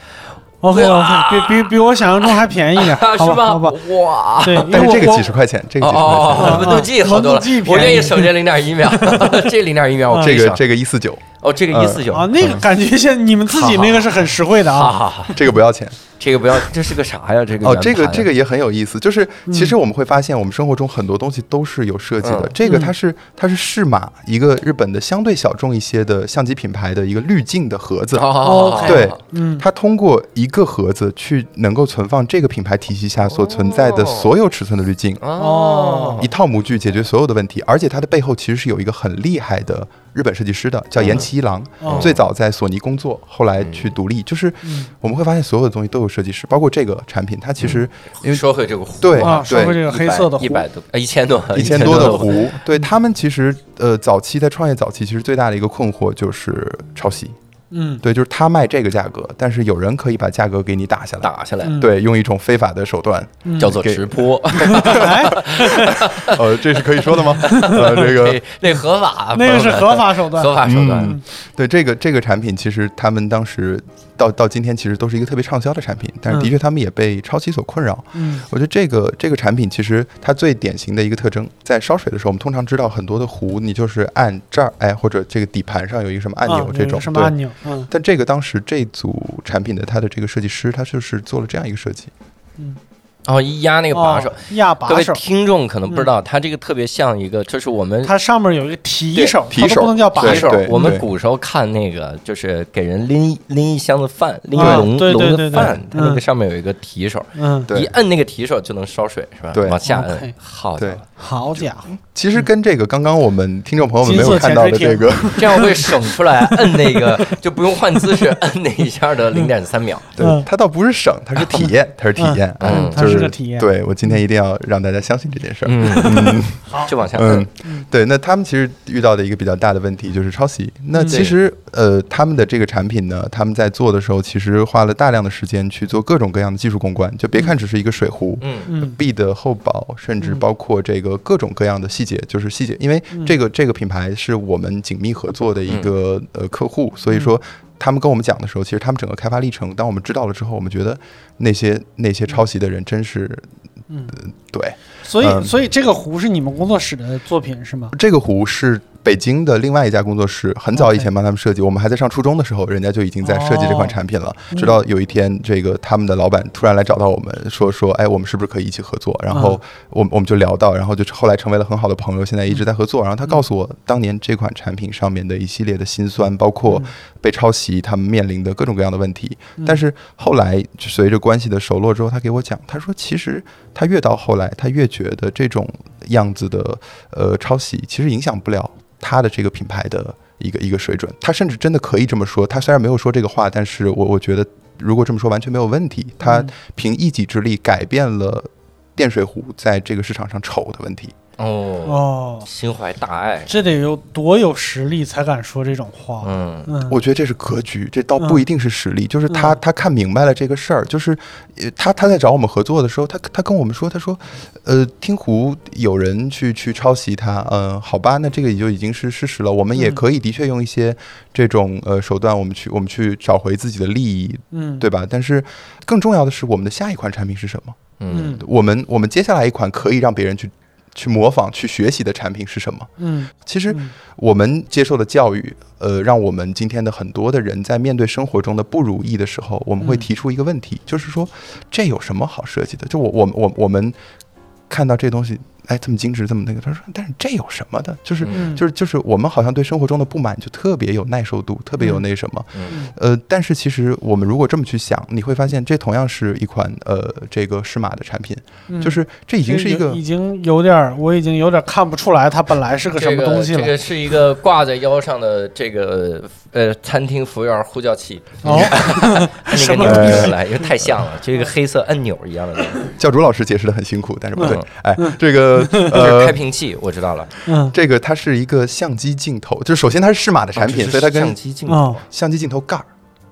OK OK， 比比比我想象中还便宜点， 是吧？ 好吧， 哇！ 对， 但是这个几十块钱，这个几十块钱， 温度计好多了，我愿意省这零点一秒，这零点一秒， 这个这个一四九， 哦，这个一四九啊，那个感觉现你们自己那个是很实惠的啊， 这个不要钱。 这个不要，这是个啥呀？这个哦，这个这个也很有意思，就是其实我们会发现，我们生活中很多东西都是有设计的。嗯、这个它是它是适马，一个日本的相对小众一些的相机品牌的一个滤镜的盒子。 哦， 对，嗯，它通过一个盒子去能够存放这个品牌体系下所存在的所有尺寸的滤镜。哦，一套模具解决所有的问题，而且它的背后其实是有一个很厉害的日本设计师的，叫岩崎一郎，嗯、最早在索尼工作，后来去独立。就是我们会发现所有的东西都有设计师，包括这个产品，它其实因为说回这个壶， 对啊，说回这个黑色的壶， 一百多，一千多， 一千多的壶，对他们其实呃，早期在创业早期，其实最大的一个困惑就是抄袭。嗯，对，就是他卖这个价格，但是有人可以把价格给你打下来， 打下来， 对，用一种非法的手段， 嗯、叫做直播。 呃，这是可以说的吗？呃，这个那合法， 那个是合法手段， 合法手段。 嗯、对，这个这个产品，其实他们当时到到今天，其实都是一个特别畅销的产品，但是的确他们也被抄袭所困扰。嗯，我觉得这个这个产品其实它最典型的一个特征，在烧水的时候，我们通常知道很多的壶，你就是按这儿，哎，或者这个底盘上有一个什么按钮，这种、 啊、什么按钮。 嗯，但这个当时这组产品的它的这个设计师，他就是做了这样一个设计。 嗯。哦，一压那个把手， 哦、压把手。 各位听众可能不知道，嗯、它这个特别像一个，就是我们它上面有一个提手， 提手不能叫把手。 我们古时候看那个，就是给人拎拎一箱子饭，拎一笼笼子饭，它那个上面有一个提手，嗯，一摁那个提手就能烧水，是吧？ 对， 往下摁，好家伙， 好家伙。 其实跟这个刚刚我们听众朋友们没有看到的这个， 这样会省出来摁那个就不用换姿势摁那一下的零点三秒。 对，它倒不是省，它是体验，它是体验， 嗯，它是个体验。 对，我今天一定要让大家相信这件事儿。 嗯，好，就往下摁。 对，那他们其实遇到的一个比较大的问题就是抄袭。那其实呃，他们的这个产品呢，他们在做的时候，其实花了大量的时间去做各种各样的技术攻关。就别看只是一个水壶，嗯，B 的厚薄，甚至包括这个各种各样的细节，就是细节。因为这个这个品牌是我们紧密合作的一个呃客户，所以说他们跟我们讲的时候，其实他们整个开发历程，当我们知道了之后，我们觉得那些那些抄袭的人真是，嗯，对。 所以所以这个壶是你们工作室的作品是吗？ 这个壶是北京的另外一家工作室，很早以前帮他们设计， okay. 我们还在上初中的时候，人家就已经在设计这款产品了。哦、直到有一天，这个他们的老板突然来找到我们，说说，哎，我们是不是可以一起合作？然后我我们就聊到，然后就后来成为了很好的朋友，现在一直在合作。然后他告诉我，当年这款产品上面的一系列的辛酸，包括被抄袭，他们面临的各种各样的问题。但是后来随着关系的熟络之后，他给我讲，他说其实他越到后来，他越觉得这种样子的呃抄袭，其实影响不了他的这个品牌的一个一个水准。他甚至真的可以这么说，他虽然没有说这个话，但是我我觉得如果这么说完全没有问题。他凭一己之力改变了电水壶在这个市场上丑的问题。 哦哦，心怀大爱， 这得有多有实力才敢说这种话。 嗯嗯， 我觉得这是格局，这倒不一定是实力，嗯、就是他他看明白了这个事儿，就是他他在找我们合作的时候，他他跟我们说，他说，呃，听湖有人去去抄袭他，嗯、呃，好吧，那这个也就已经是事实了，我们也可以的确用一些这种呃手段，我们去我们去找回自己的利益， 嗯， 对吧？但是更重要的是，我们的下一款产品是什么？ 嗯， 我们我们接下来一款可以让别人去。去模仿、去学习的产品是什么？ 嗯， 其实我们接受的教育，呃，让我们今天的很多的人在面对生活中的不如意的时候，我们会提出一个问题，嗯、就是说，这有什么好设计的？就我我我我们看到这东西，哎，这么精致，这么那个，他说，但是这有什么的？就是、嗯、就是就是我们好像对生活中的不满就特别有耐受度，特别有那什么， 嗯、 呃，但是其实我们如果这么去想，你会发现这同样是一款呃这个适马的产品， 嗯、 就是这已经是一个已经有点，我已经有点看不出来它本来是个什么东西了。 这个、这个是一个挂在腰上的这个呃餐厅服务员呼叫器， 哦， 那个钮出来，因为太像了，就一个黑色按钮一样的东西。 教主老师解释的很辛苦，但是不对， 嗯、 哎，嗯、这个呃开瓶器我知道了， 嗯， 这个它是一个相机镜头，就是首先它是适马的产品， 哦、 所以它跟相机镜头、 相机镜头盖儿。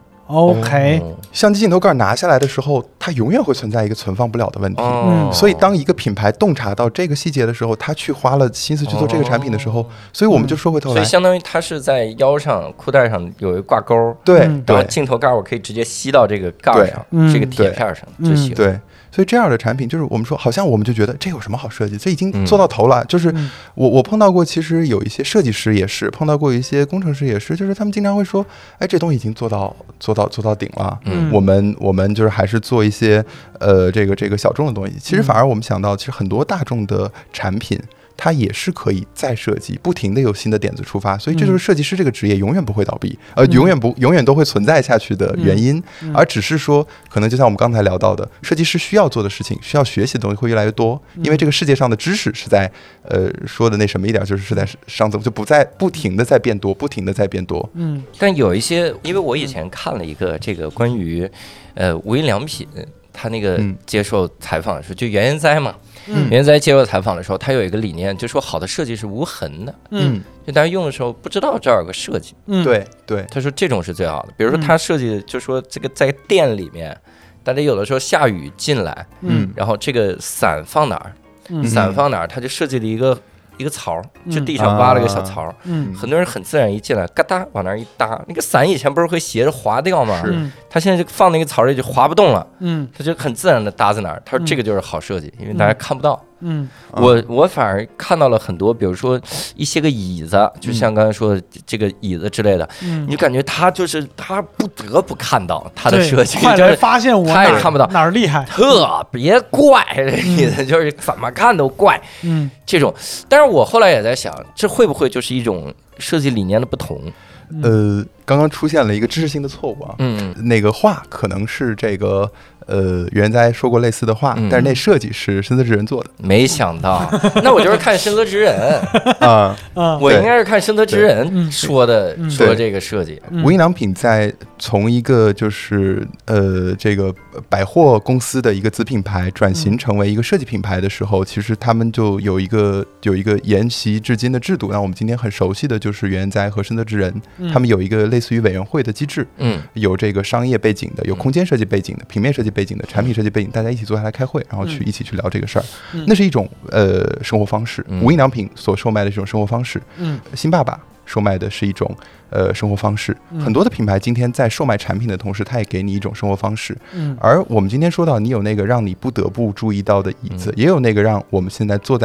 OK，、 哦、 相机镜头盖拿下来的时候，它永远会存在一个存放不了的问题。 哦、 所以当一个品牌洞察到这个细节的时候，他去花了心思去做这个产品的时候，哦、所以我们就说回头来， 所以相当于它是在腰上、裤带上有一个挂钩， 对， 嗯、 然后镜头盖我可以直接吸到这个盖上，这个铁片上就行。 对。所以这样的产品，就是我们说，好像我们就觉得这有什么好设计？这已经做到头了。嗯、就是我我碰到过，其实有一些设计师也是，碰到过一些工程师也是，就是他们经常会说，哎，这东西已经做到做到做到顶了。 嗯， 我们我们就是还是做一些呃这个这个小众的东西。其实反而我们想到，其实很多大众的产品。它也是可以再设计，不停的有新的点子出发，所以这就是设计师这个职业永远不会倒闭，呃，永远不永远都会存在下去的原因，而只是说，可能就像我们刚才聊到的，设计师需要做的事情，需要学习的东西会越来越多，因为这个世界上的知识是在，呃，说的那什么一点，就是是在上增，就不在不停的在变多，不停的在变多。 嗯， 但有一些，因为我以前看了一个这个关于，呃，无印良品。他那个接受采访的时候，就袁研哉嘛， 嗯， 袁研哉接受采访的时候，他有一个理念，就说好的设计是无痕的， 嗯， 就大家用的时候不知道这儿有个设计， 嗯， 对对， 他说这种是最好的。比如说他设计，就说这个在店里面，大家有的时候下雨进来， 嗯， 然后这个伞放哪儿， 嗯， 伞放哪儿，他就设计了一个。一个槽，就地上挖了个小槽， 嗯， 很多人很自然一进来，嘎哒往那儿一搭。那个伞以前不是会斜着滑掉吗？ 是， 他现在就放那个槽里就滑不动了， 嗯， 他就很自然的搭在那儿。他说这个就是好设计，因为大家看不到。 嗯， 我我反而看到了很多，比如说一些个椅子，就像刚才说的这个椅子之类的， 嗯， 你就感觉他就是他不得不看到他的设计， 快来发现我他也看不到哪儿厉害， 特别怪，椅子就是怎么看都怪， 嗯， 这种。但是我后来也在想，这会不会就是一种设计理念的不同？ 呃，刚刚出现了一个知识性的错误啊， 嗯， 那个话可能是这个。呃，袁哉说过类似的话， 嗯、 但是那设计是深泽直人做的。 没想到，那我就是看深泽直人啊啊， 我应该是看深泽直人说的说这个设计。 无印良品在从一个就是呃这个百货公司的一个子品牌转型成为一个设计品牌的时候，嗯、其实他们就有一个有一个沿袭至今的制度。那我们今天很熟悉的就是袁哉和深泽直人， 嗯、 他们有一个类似于委员会的机制， 嗯， 有这个商业背景的，有空间设计背景的，平面设计背景的，产品设计背景，大家一起坐下来开会，然后去一起去聊这个事儿， 嗯、 那是一种呃生活方式。 嗯、 无印良品所售卖的这种生活方式， 嗯， 新爸爸售卖的是一种呃生活方式。 嗯、 很多的品牌今天在售卖产品的同时，它也给你一种生活方式。 嗯， 而我们今天说到，你有那个让你不得不注意到的椅子， 嗯、 也有那个让我们现在坐在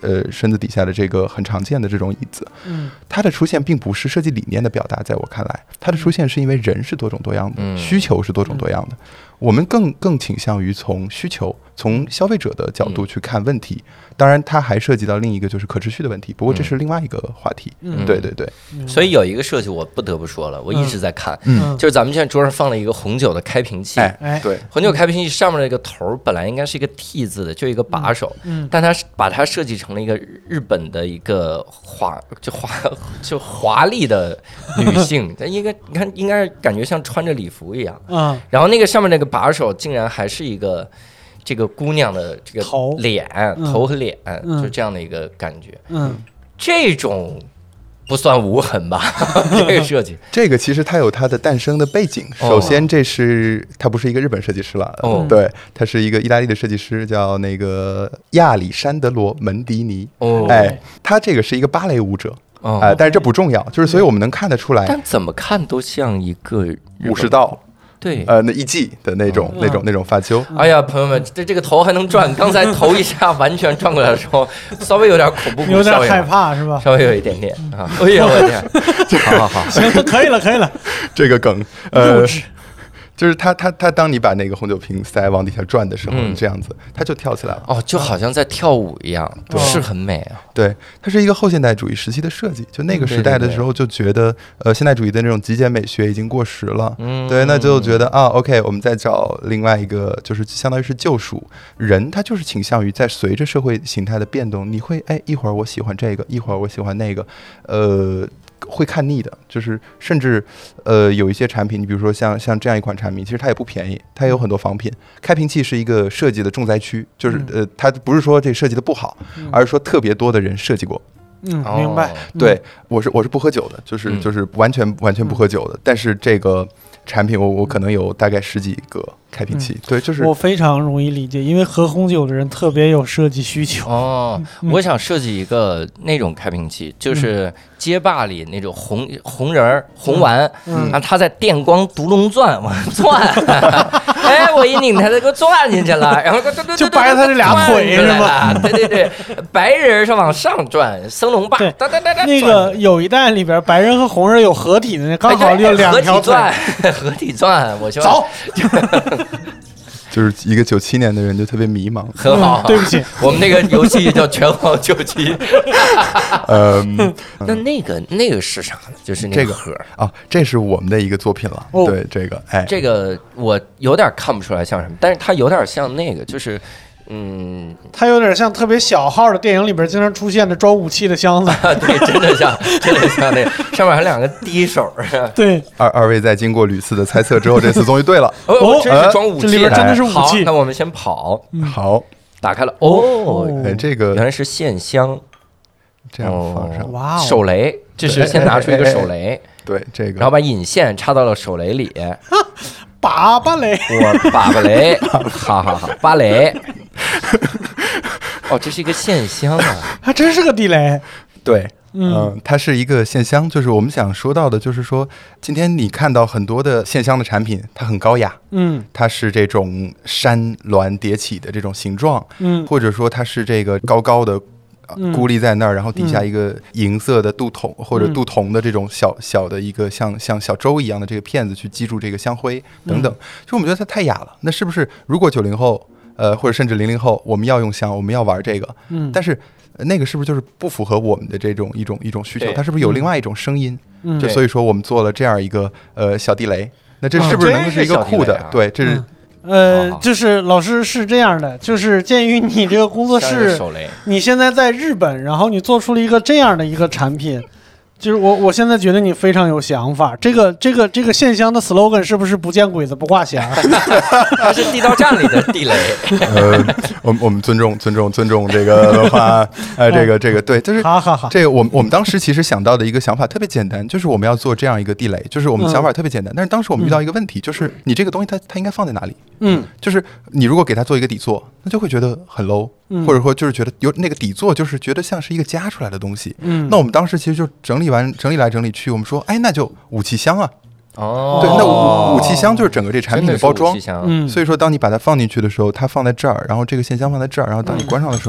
呃身子底下的这个很常见的这种椅子， 嗯， 它的出现并不是设计理念的表达，在我看来，它的出现是因为人是多种多样的，嗯、需求是多种多样的，嗯、我们更更倾向于从需求、从消费者的角度去看问题。嗯、当然，它还涉及到另一个就是可持续的问题，不过这是另外一个话题。嗯、对对对。 嗯、所以有一个设计我不得不说了，我一直在看，嗯、就是咱们现在桌上放了一个红酒的开瓶器， 哎，对， 红酒开瓶器上面那个头本来应该是一个 T 字的，就一个把手，嗯，但它把它设计成了一个日本的一个华就华就华丽的女性，它应该你看应该感觉像穿着礼服一样，嗯，然后那个上面那个把手竟然还是一个这个姑娘的这个脸头和脸，就这样的一个感觉，嗯，这种。不算无痕吧？这个设计， 这个其实它有它的诞生的背景。首先，这是它不是一个日本设计师了，哦、对，他是一个意大利的设计师，叫那个亚历山德罗·门迪尼。哦，哎，他这个是一个芭蕾舞者，哎、哦呃，但是这不重要，就是所以我们能看得出来， 但怎么看都像一个武士道。 对， 呃，那艺伎的那种、嗯、那种、那种发揪。 哎呀，朋友们，这这个头还能转，刚才头一下完全转过来的时候，稍微有点恐怖， 有点害怕是吧？ 稍微有一点点啊。哎呀，我的天！好好好， 行，可以了，可以了。 这个梗，呃。就是他他他，当你把那个红酒瓶塞往底下转的时候，嗯、这样子，他就跳起来了。 哦，就好像在跳舞一样，不是很美啊。 对，它是一个后现代主义时期的设计。就那个时代的时候，就觉得、嗯、对对对呃，现代主义的那种极简美学已经过时了。嗯，对，那就觉得啊 ，OK， 我们再找另外一个，就是相当于是救赎。人他就是倾向于在随着社会形态的变动，你会哎，一会儿我喜欢这个，一会儿我喜欢那个，呃。会看腻的，就是甚至呃有一些产品，你比如说像像这样一款产品，其实它也不便宜，它也有很多仿品。开瓶器是一个设计的重灾区，就是呃它不是说这设计的不好，嗯、而是说特别多的人设计过。 嗯，明白。 对，我是我是不喝酒的，就是、嗯、就是完全完全不喝酒的，但是这个产品我我可能有大概十几个开瓶器。嗯、对，就是我非常容易理解，因为喝红酒的人特别有设计需求。 哦，嗯、我想设计一个那种开瓶器，就是街霸里那种红红人红丸，嗯，然后他在电光独龙钻往转，哎，我一拧他，他给我钻进去了，然后就掰他这俩腿是吧？ 对对对，白人是往上转，升龙霸， 对，那个有一代里边白人和红人有合体的，刚好有两条腿， 合体钻，我就走。 就是一个九七年的人就特别迷茫， 很好、 嗯，对不起， 我们那个游戏叫拳皇九七。嗯，那那个那个是啥呢？就是那个盒啊、哦，这是我们的一个作品了。哦、对，这个，哎， 这个我有点看不出来像什么，但是它有点像那个，就是。嗯， 它有点像特别小号的电影里边经常出现的装武器的箱子。 对，真的像，真的像那个，上面还两个低手。 对， 二二位在经过屡次的猜测之后，这次终于对了。 哦，这是装武器， 这里边真的是武器。 好，那我们先跑。 嗯、好， 打开了。哦， 哎，这个原来是线香， 这样放上。 哇、哦， 手雷，这是先拿出一个手雷。 对，这个， 然后把引线插到了手雷里。 粑粑雷， 我粑粑雷，好好好，芭蕾。哦，这是一个线香啊， 还真是个地雷。 对，嗯、呃，它是一个线香，就是我们想说到的，就是说，今天你看到很多的线香的产品，它很高雅，嗯，它是这种山峦叠起的这种形状，嗯，或者说它是这个高高的。孤立在那儿，然后底下一个银色的镀铜、嗯、或者镀铜的这种小小的一个像像小舟一样的这个片子去击住这个香灰等等，就我们觉得它太雅了。那是不是如果九零后呃或者甚至零零后我们要用香，我们要玩这个，嗯，但是那个是不是就是不符合我们的这种一种一种需求？它是不是有另外一种声音？嗯，就所以说我们做了这样一个呃小地雷，那这是不是能是一个酷的？ 嗯、 对，这是。 嗯呃，就是老师是这样的，就是鉴于你这个工作室，你现在在日本，然后你做出了一个这样的一个产品，就是我我现在觉得你非常有想法。这个这个这个线香的 slogan 是不是不见鬼子不挂弦？ 它是地道战里的地雷。 呃，我们我们尊重尊重尊重这个文化，呃，这个这个对，就是好好好。 这个我们我们当时其实想到的一个想法特别简单，就是我们要做这样一个地雷，就是我们想法特别简单，嗯、但是当时我们遇到一个问题，就是你这个东西它它应该放在哪里？嗯，就是你如果给它做一个底座，那就会觉得很 low，、嗯、或者说就是觉得有那个底座，就是觉得像是一个加出来的东西。嗯，那我们当时其实就整理完整理来整理去，我们说，哎，那就武器箱啊。哦，对，那武武器箱就是整个这产品的包装。嗯，所以说当你把它放进去的时候，它放在这儿，然后这个线香放在这儿，然后当你关上的时候，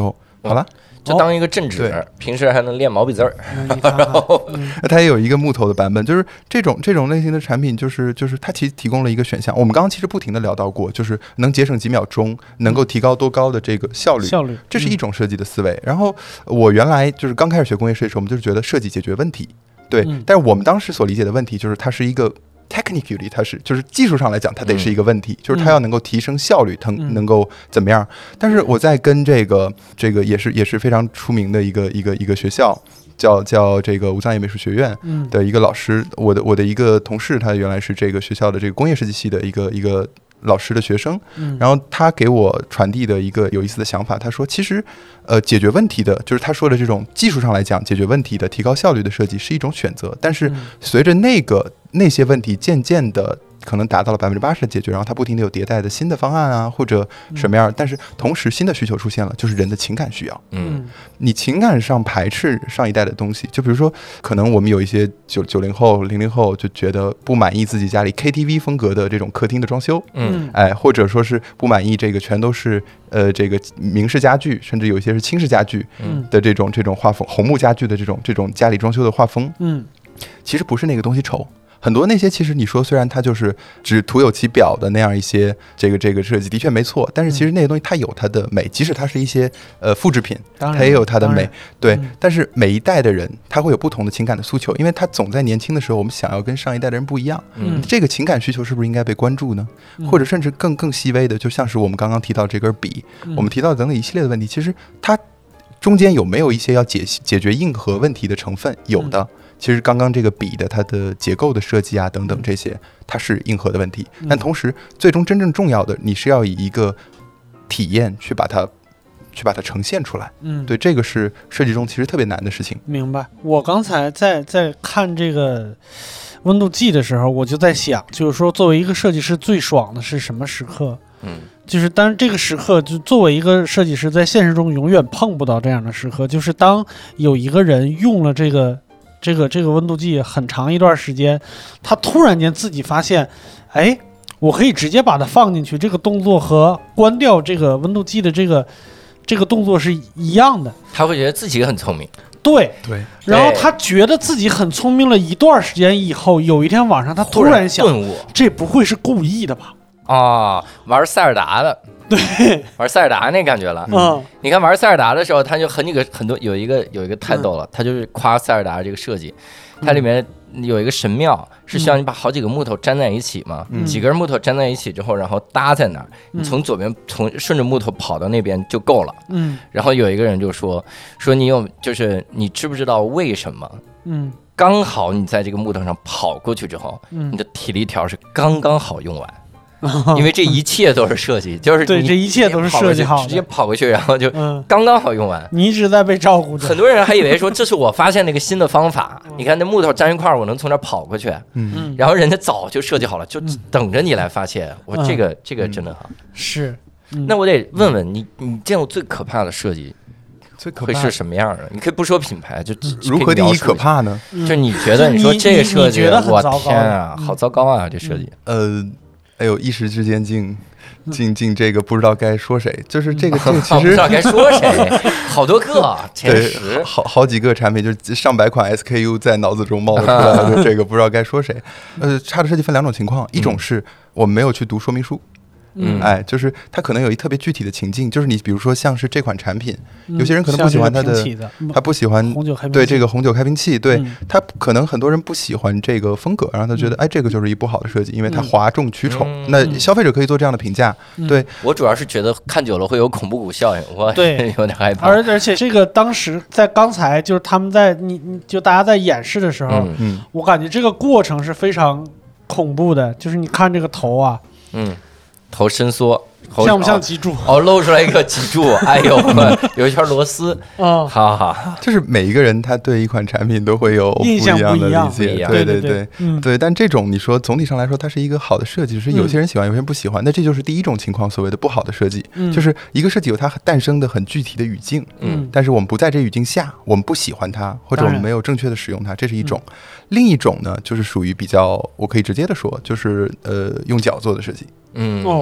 好了。 就当一个镇纸，平时还能练毛笔字儿。 然后它也有一个木头的版本，就是这种这种类型的产品，就是就是它其实提供了一个选项。我们刚刚其实不停的聊到过，就是能节省几秒钟，能够提高多高的这个效率， 效率， 这是一种设计的思维。然后我原来就是刚开始学工业设计的时候，我们就是觉得设计解决问题，对。但是我们当时所理解的问题就是它是一个。technically 它是就是技术上来讲它得是一个问题、嗯、就是它要能够提升效率它、嗯、能够怎么样，但是我在跟这个这个也是也是非常出名的一个一个一个学校叫叫这个武藏野美术学院的一个老师、嗯、我的我的一个同事他原来是这个学校的这个工业设计系的一个一个老师的学生，然后他给我传递的一个有意思的想法，他说其实呃解决问题的就是他说的这种技术上来讲解决问题的提高效率的设计是一种选择，但是随着那个那些问题渐渐的可能达到了百分之八十的解决，然后它不停的有迭代的新的方案啊，或者什么样、嗯、但是同时新的需求出现了，就是人的情感需要。嗯，你情感上排斥上一代的东西，就比如说可能我们有一些九九零后零零后就觉得不满意自己家里 K T V 风格的这种客厅的装修，嗯，哎，或者说是不满意这个全都是呃这个明式家具，甚至有一些是轻式家具的这种、嗯、这种画风，红木家具的这种这种家里装修的画风，嗯，其实不是那个东西丑。很多那些其实你说虽然它就是只徒有其表的那样一些这个这个设计的确没错，但是其实那些东西它有它的美，即使它是一些呃复制品，它也有它的美，对、嗯。但是每一代的人他会有不同的情感的诉求，因为他总在年轻的时候我们想要跟上一代的人不一样，嗯，这个情感需求是不是应该被关注呢？嗯、或者甚至更更细微的，就像是我们刚刚提到这根笔，嗯、我们提到等等一系列的问题，其实它中间有没有一些要解解决硬核问题的成分？有的。嗯，其实刚刚这个笔的它的结构的设计啊等等这些它是硬核的问题，但同时最终真正重要的你是要以一个体验去把它去把它呈现出来，嗯，对，这个是设计中其实特别难的事情。 明白。我刚才在在看这个温度计的时候我就在想，就是说作为一个设计师最爽的是什么时刻？嗯，就是当然这个时刻就作为一个设计师在现实中永远碰不到这样的时刻，就是当有一个人用了这个这个这个温度计很长一段时间，他突然间自己发现，哎，我可以直接把它放进去，这个动作和关掉这个温度计的这个这个动作是一样的， 他会觉得自己很聪明。 对对，然后他觉得自己很聪明了一段时间以后，有一天晚上他突然想，这不会是故意的吧？ 啊，玩塞尔达的。对，玩塞尔达那感觉了。嗯，你看玩塞尔达的时候，他就很几个很多有一个有一个太逗了，他就是夸塞尔达这个设计，它里面有一个神庙是需要你把好几个木头粘在一起嘛，嗯、几根木头粘在一起之后，然后搭在那儿，你从左边从顺着木头跑到那边就够了。嗯，然后有一个人就说说你有就是你知不知道为什么？嗯，刚好你在这个木头上跑过去之后，嗯、你的体力条是刚刚好用完。因为这一切都是设计，就是对，这一切都是设计好的， 直接跑过去，然后就刚刚好用完。嗯、 你一直在被照顾着， 很多人还以为说这是我发现了一个新的方法。嗯、你看那木头粘一块，我能从这跑过去。嗯，然后人家早就设计好了，就等着你来发现。嗯、我这个、嗯、这个真的好。 是， 嗯、那我得问问你，你见过最可怕的设计？ 最可怕会是什么样的？你可以不说品牌，就如何定义可怕呢？ 就你觉得，你说这个设计，我天啊，好糟糕啊，这设计。 呃。哎呦，一时之间竟竟竟这个不知道该说谁，就是这个这个其实不知道该说谁，好多个前十， 好好几个产品，就是上百款 S K U 在脑子中冒了出来的，这个不知道该说谁。呃，差的设计分两种情况，一种是我们没有去读说明书。嗯，哎，就是它可能有一特别具体的情境，就是你比如说像是这款产品，嗯、有些人可能不喜欢它的， 的他不喜欢对这个红酒开瓶器，对、嗯、他可能很多人不喜欢这个风格，然后他觉得、嗯、哎，这个就是一不好的设计，因为它哗众取宠。嗯、那消费者可以做这样的评价。嗯、对我主要是觉得看久了会有恐怖谷效应，我对有点害怕。 而而且这个当时在刚才就是他们在你你就大家在演示的时候，嗯，我感觉这个过程是非常恐怖的，就是你看这个头啊， 嗯。头伸缩， 像不像脊柱？ 哦，露出来一个脊柱，哎呦，有一圈螺丝。嗯，好好， 就是每一个人他对一款产品都会有不一样的理解，对对对对。但这种你说总体上来说，它是一个好的设计，就是有些人喜欢，有些人不喜欢。那这就是第一种情况，所谓的不好的设计，就是一个设计有它诞生的很具体的语境，嗯，但是我们不在这语境下，我们不喜欢它，或者我们没有正确的使用它，这是一种。另一种呢，就是属于比较，我可以直接的说，就是呃，用脚做的设计。嗯嗯，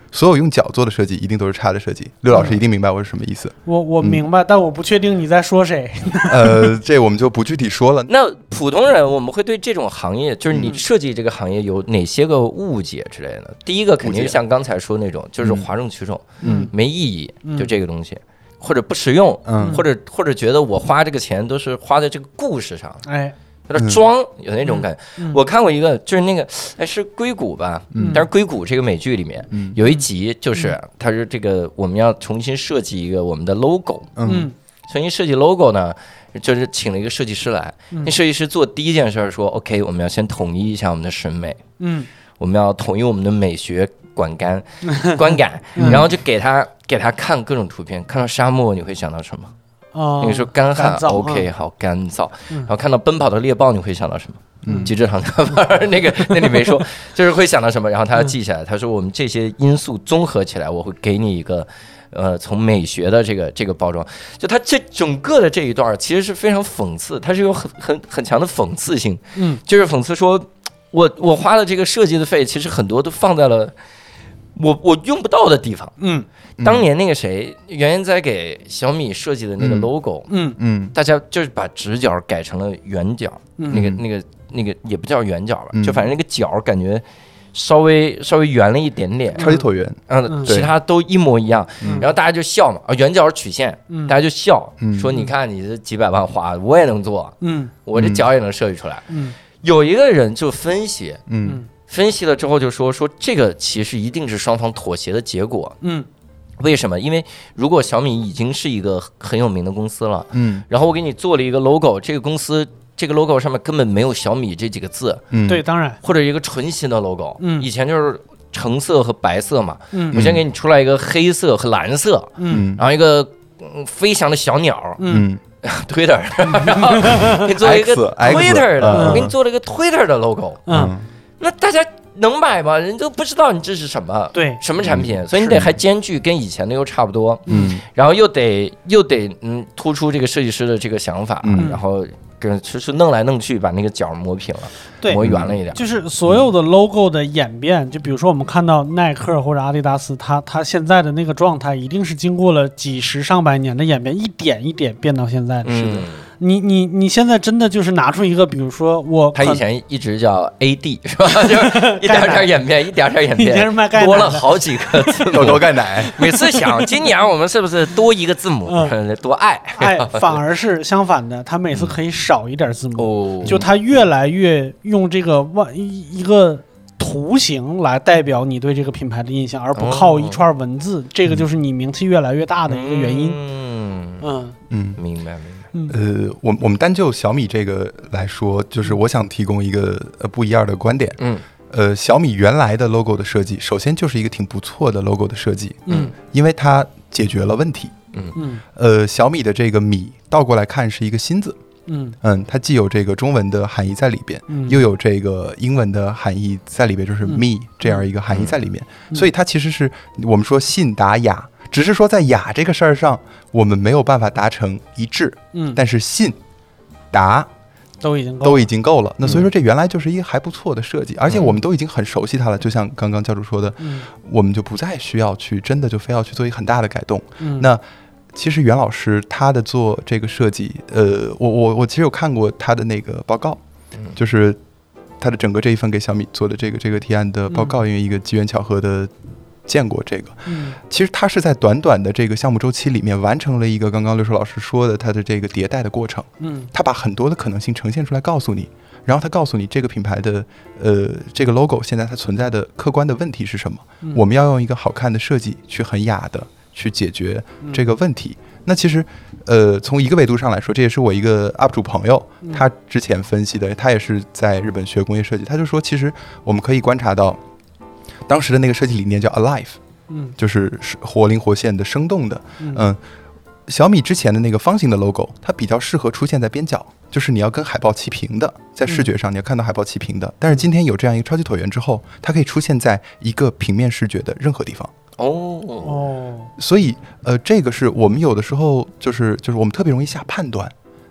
所有用脚做的设计一定都是差的设计。刘老师一定明白我是什么意思。 我我明白、嗯，但我不确定你在说谁。 呃，这我们就不具体说了。 那普通人我们会对这种行业，就是你设计这个行业有哪些个误解之类的？第一个肯定是像刚才说那种，就是哗众取宠，嗯，没意义，就这个东西。或者不实用，嗯，或者或者觉得我花这个钱都是花在这个故事上，哎，有点装，有那种感觉。嗯、我看过一个，就是那个，哎，是硅谷吧？嗯，但是硅谷这个美剧里面、嗯、有一集，就是它是这个我们要重新设计一个我们的 logo， 嗯，重新设计 logo 呢，就是请了一个设计师来，嗯、那设计师做第一件事说 ，OK， 我们要先统一一下我们的审美，嗯，我们要统一我们的美学观感，观感，然后就给他。给他看各种图片，看到沙漠你会想到什么？哦，那个时候干旱 ，OK， 好干燥。嗯、然后看到奔跑的猎豹，你会想到什么？嗯，极致航海那个那里没说，就是会想到什么？然后他要记下来，他说我们这些因素综合起来，我会给你一个呃从美学的这个这个包装。就他这整个的这一段其实是非常讽刺，它是有很很很强的讽刺性。嗯，就是讽刺说，我我花了这个设计的费，其实很多都放在了我我用不到的地方。嗯。当年那个谁，袁研哉给小米设计的那个 logo， 嗯嗯，大家就是把直角改成了圆角，嗯、那个那个那个也不叫圆角吧，嗯、就反正那个角感觉稍微稍微圆了一点点， 超级椭圆， 嗯，其他都一模一样，嗯、然后大家就笑嘛，啊，圆角是曲线，嗯、大家就笑，嗯、说你看你这几百万花，我也能做，嗯，我这角也能设计出来，嗯，有一个人就分析，嗯，分析了之后就说说这个其实一定是双方妥协的结果，嗯。为什么？因为如果小米已经是一个很有名的公司了，嗯，然后我给你做了一个 logo， 这个公司这个 logo 上面根本没有小米这几个字， 嗯，对，当然， 或者一个纯新的 logo， 嗯，以前就是橙色和白色嘛，嗯，我先给你出来一个黑色和蓝色，嗯，然后一个、嗯、飞翔的小鸟，嗯。Twitter， 然后给你做了一个 Twitter 的，我给你做了一个 Twitter 的 logo， 嗯，那大家能买吗？人都不知道你这是什么，对，什么产品，嗯、所以你得还兼具跟以前的又差不多，嗯，然后又得又得嗯突出这个设计师的这个想法，嗯、然后跟就是弄来弄去把那个角磨平了，对，磨圆了一点。 就是所有的 logo 的演变，就比如说我们看到耐克或者阿迪达斯，它它现在的那个状态，一定是经过了几十上百年的演变，一点一点变到现在的。是的。你你你现在真的就是拿出一个，比如说我， 他以前一直叫 A D 是吧？就是一点点演变，一点点演变，多了好几个字母， 多钙奶。 每次想今年我们是不是多一个字母，嗯、多爱爱，反而是相反的，他每次可以少一点字母，嗯、就他越来越用这个万一个图形来代表你对这个品牌的印象，而不靠一串文字，哦、这个就是你名气越来越大的一个原因。嗯嗯嗯，明白明白。 呃，我我们单就小米这个来说，就是我想提供一个呃不一样的观点。嗯，呃，小米原来的 logo 的设计，首先就是一个挺不错的 logo 的设计。嗯，因为它解决了问题。嗯嗯，呃，小米的这个米倒过来看是一个新字。嗯嗯，它既有这个中文的含义在里边，嗯、又有这个英文的含义在里边，就是 me、嗯、这样一个含义在里面。嗯、所以它其实是我们说信达雅。只是说在雅这个事儿上，我们没有办法达成一致，嗯，但是信、达都已经都已经够了。那所以说，这原来就是一个还不错的设计，而且我们都已经很熟悉它了。就像刚刚教主说的，嗯，我们就不再需要去真的就非要去做一个很大的改动。嗯，那其实袁老师他的做这个设计，呃，我我我其实有看过他的那个报告，就是他的整个这一份给小米做的这个这个提案的报告，因为一个机缘巧合的。见过这个，嗯，其实他是在短短的这个项目周期里面完成了一个刚刚刘硕老师说的他的这个迭代的过程，嗯，他把很多的可能性呈现出来告诉你，然后他告诉你这个品牌的呃这个 logo 现在它存在的客观的问题是什么，嗯、我们要用一个好看的设计去很雅的去解决这个问题。嗯、那其实呃从一个维度上来说，这也是我一个 U P 主朋友他之前分析的，他也是在日本学工业设计，他就说其实我们可以观察到。当时的那个设计理念叫 alive， 嗯，就是活灵活现的、生动的。嗯，嗯小米之前的那个方形的 logo， 它比较适合出现在边角，就是你要跟海报齐平的，在视觉上你要看到海报齐平的。嗯、但是今天有这样一个超级椭圆之后，它可以出现在一个平面视觉的任何地方。哦哦，所以呃，这个是我们有的时候就是就是我们特别容易下判断。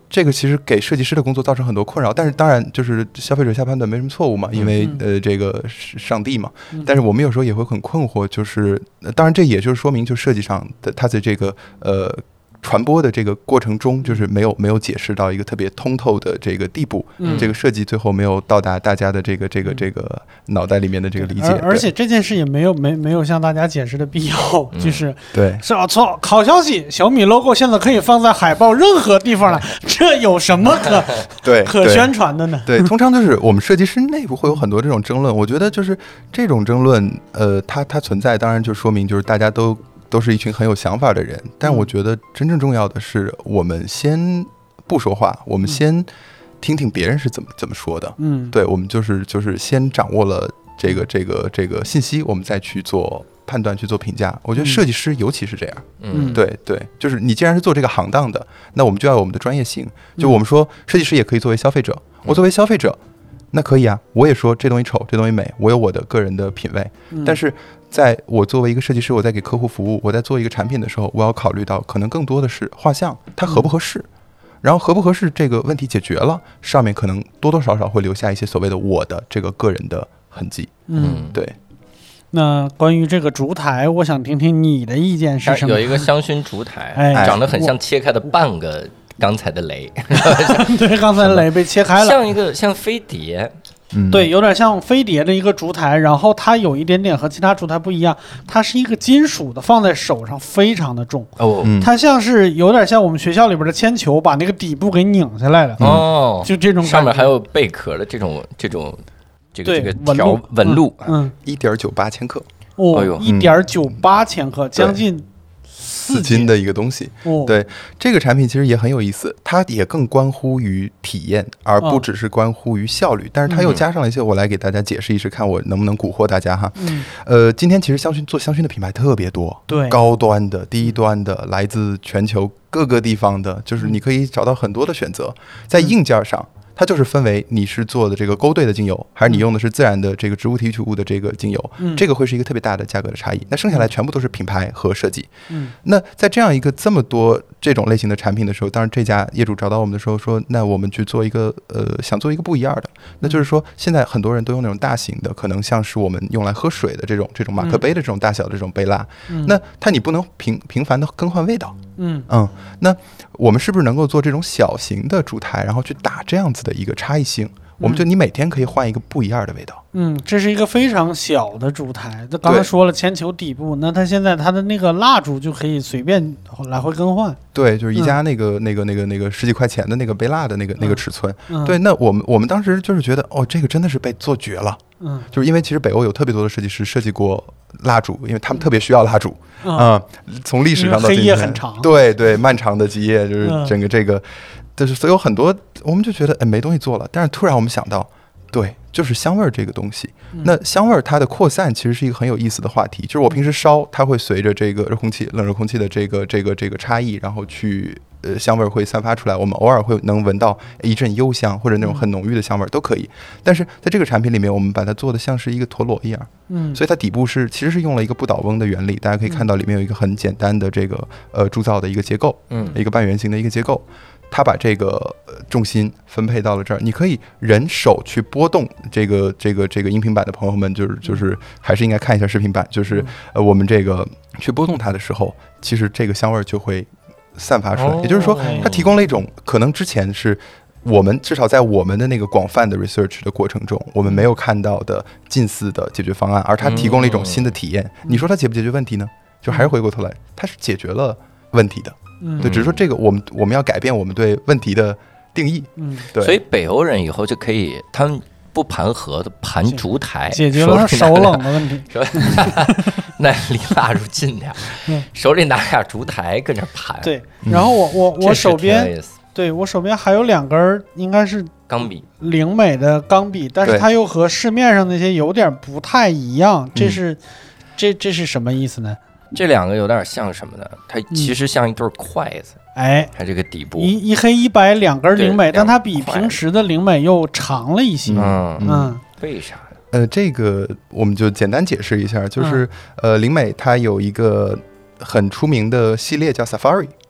这个其实给设计师的工作造成很多困扰，但是当然就是消费者下判断没什么错误嘛，因为、嗯、呃这个是上帝嘛、嗯。但是我们有时候也会很困惑，就是当然这也就是说明就设计上的它的这个呃。传播的这个过程中，就是没有没有解释到一个特别通透的这个地步，嗯、这个设计最后没有到达大家的这个这个这个脑袋里面的这个理解。 而, 而且这件事也没有没没有向大家解释的必要，嗯、就是对是啊，错好消息，小米 logo 现在可以放在海报任何地方了，这有什么可对可宣传的呢？ 对，通常就是我们设计师内部会有很多这种争论，我觉得就是这种争论，呃，它它存在，当然就说明就是大家都。都是一群很有想法的人，但我觉得真正重要的是，我们先不说话，我们先听听别人是怎么怎么说的。嗯，对，我们就是就是先掌握了这个这个这个信息，我们再去做判断，去做评价。我觉得设计师尤其是这样。嗯，对对，就是你既然是做这个行当的，那我们就要有我们的专业性。就我们说，设计师也可以作为消费者，我作为消费者。那可以啊，我也说这东西丑，这东西美，我有我的个人的品味。嗯、但是在我作为一个设计师，我在给客户服务，我在做一个产品的时候，我要考虑到可能更多的是画像它合不合适，嗯、然后合不合适这个问题解决了，上面可能多多少少会留下一些所谓的我的这个个人的痕迹。嗯，对。 那关于这个烛台，我想听听你的意见是什么？ 有一个香薰烛台，哎、长得很像切开的半个。刚才的雷对，刚才的雷被切开了， 像一个像飞碟， 嗯，对，有点像飞碟的一个烛台，然后它有一点点和其他烛台不一样，它是一个金属的，放在手上非常的重哦，它像是有点像我们学校里边的铅球，把那个底部给拧下来了哦，就这种感觉， 上面还有贝壳的这种这种这个这个条纹路， 嗯， 一点九八千克哦，一点九八千克，将近。 四斤的一个东西，哦、对这个产品其实也很有意思，它也更关乎于体验，而不只是关乎于效率。哦、但是它又加上了一些，我来给大家解释一释，看我能不能蛊惑大家哈。嗯、呃，今天其实香薰做香薰的品牌特别多， 对， 高端的、低端的，来自全球各个地方的，就是你可以找到很多的选择，在硬件上。它就是分为你是做的这个勾兑的精油，还是你用的是自然的这个植物提取物的这个精油，嗯、这个会是一个特别大的价格的差异。那剩下来全部都是品牌和设计。嗯，那在这样一个这么多这种类型的产品的时候，当然这家业主找到我们的时候说，那我们去做一个呃，想做一个不一样的，那就是说现在很多人都用那种大型的，可能像是我们用来喝水的这种这种马克杯的这种大小的这种杯蜡，嗯、那它你不能频频繁的更换味道。嗯嗯，那我们是不是能够做这种小型的烛台，然后去打这样子的一个差异性？我们就你每天可以换一个不一样的味道。 嗯，这是一个非常小的烛台。这刚才说了铅球底部，那它现在它的那个蜡烛就可以随便来回更换。 对，就是宜家那个、嗯、那个那个那个十几块钱的那个杯蜡的那个、嗯、那个尺寸。嗯、对，那我们我们当时就是觉得，哦，这个真的是被做绝了。嗯，就是因为其实北欧有特别多的设计师设计过蜡烛，因为他们特别需要蜡烛。嗯，嗯从历史上到今天， 黑夜很长。 对对，漫长的基业，就是整个这个。嗯就是所以有很多我们就觉得哎没东西做了，但是突然我们想到，对，就是香味儿这个东西。嗯、那香味儿它的扩散其实是一个很有意思的话题，就是我平时烧，它会随着这个热空气、冷热空气的这个这个这个差异，然后去呃香味儿会散发出来。我们偶尔会能闻到一阵幽香或者那种很浓郁的香味儿都可以。但是在这个产品里面，我们把它做的像是一个陀螺一样，嗯，所以它底部是其实是用了一个不倒翁的原理，大家可以看到里面有一个很简单的这个呃铸造的一个结构，嗯，一个半圆形的一个结构。它把这个重心分配到了这儿，你可以人手去拨动这个这个这个音频版的朋友们，就是就是还是应该看一下视频版，就是呃我们这个去拨动它的时候，其实这个香味就会散发出来。也就是说，它提供了一种可能之前是我们至少在我们的那个广泛的 research 的过程中，我们没有看到的近似的解决方案，而它提供了一种新的体验。你说它解不解决问题呢？就还是回过头来，它是解决了问题的。嗯，对，只是说这个我们我们要改变我们对问题的定义。嗯，对， 所以北欧人以后就可以，他们不盘盒子，盘烛台， 解决了手冷的问题。 说那离蜡烛近点，嗯、手里拿俩烛台跟着盘。 对，然后我我我手边，对我手边还有两根，应该是钢笔， 灵美的钢笔，但是它又和市面上那些有点不太一样。这是、嗯、这这是什么意思呢？ 这两个有点像什么呢？它其实像一对筷子， 哎、嗯， 它这个底部一一黑一白两根灵美，但它比平时的灵美又长了一些。 嗯嗯，为啥？ 呃，这个我们就简单解释一下，就是、嗯、呃，灵美它有一个很出名的系列叫 Safari。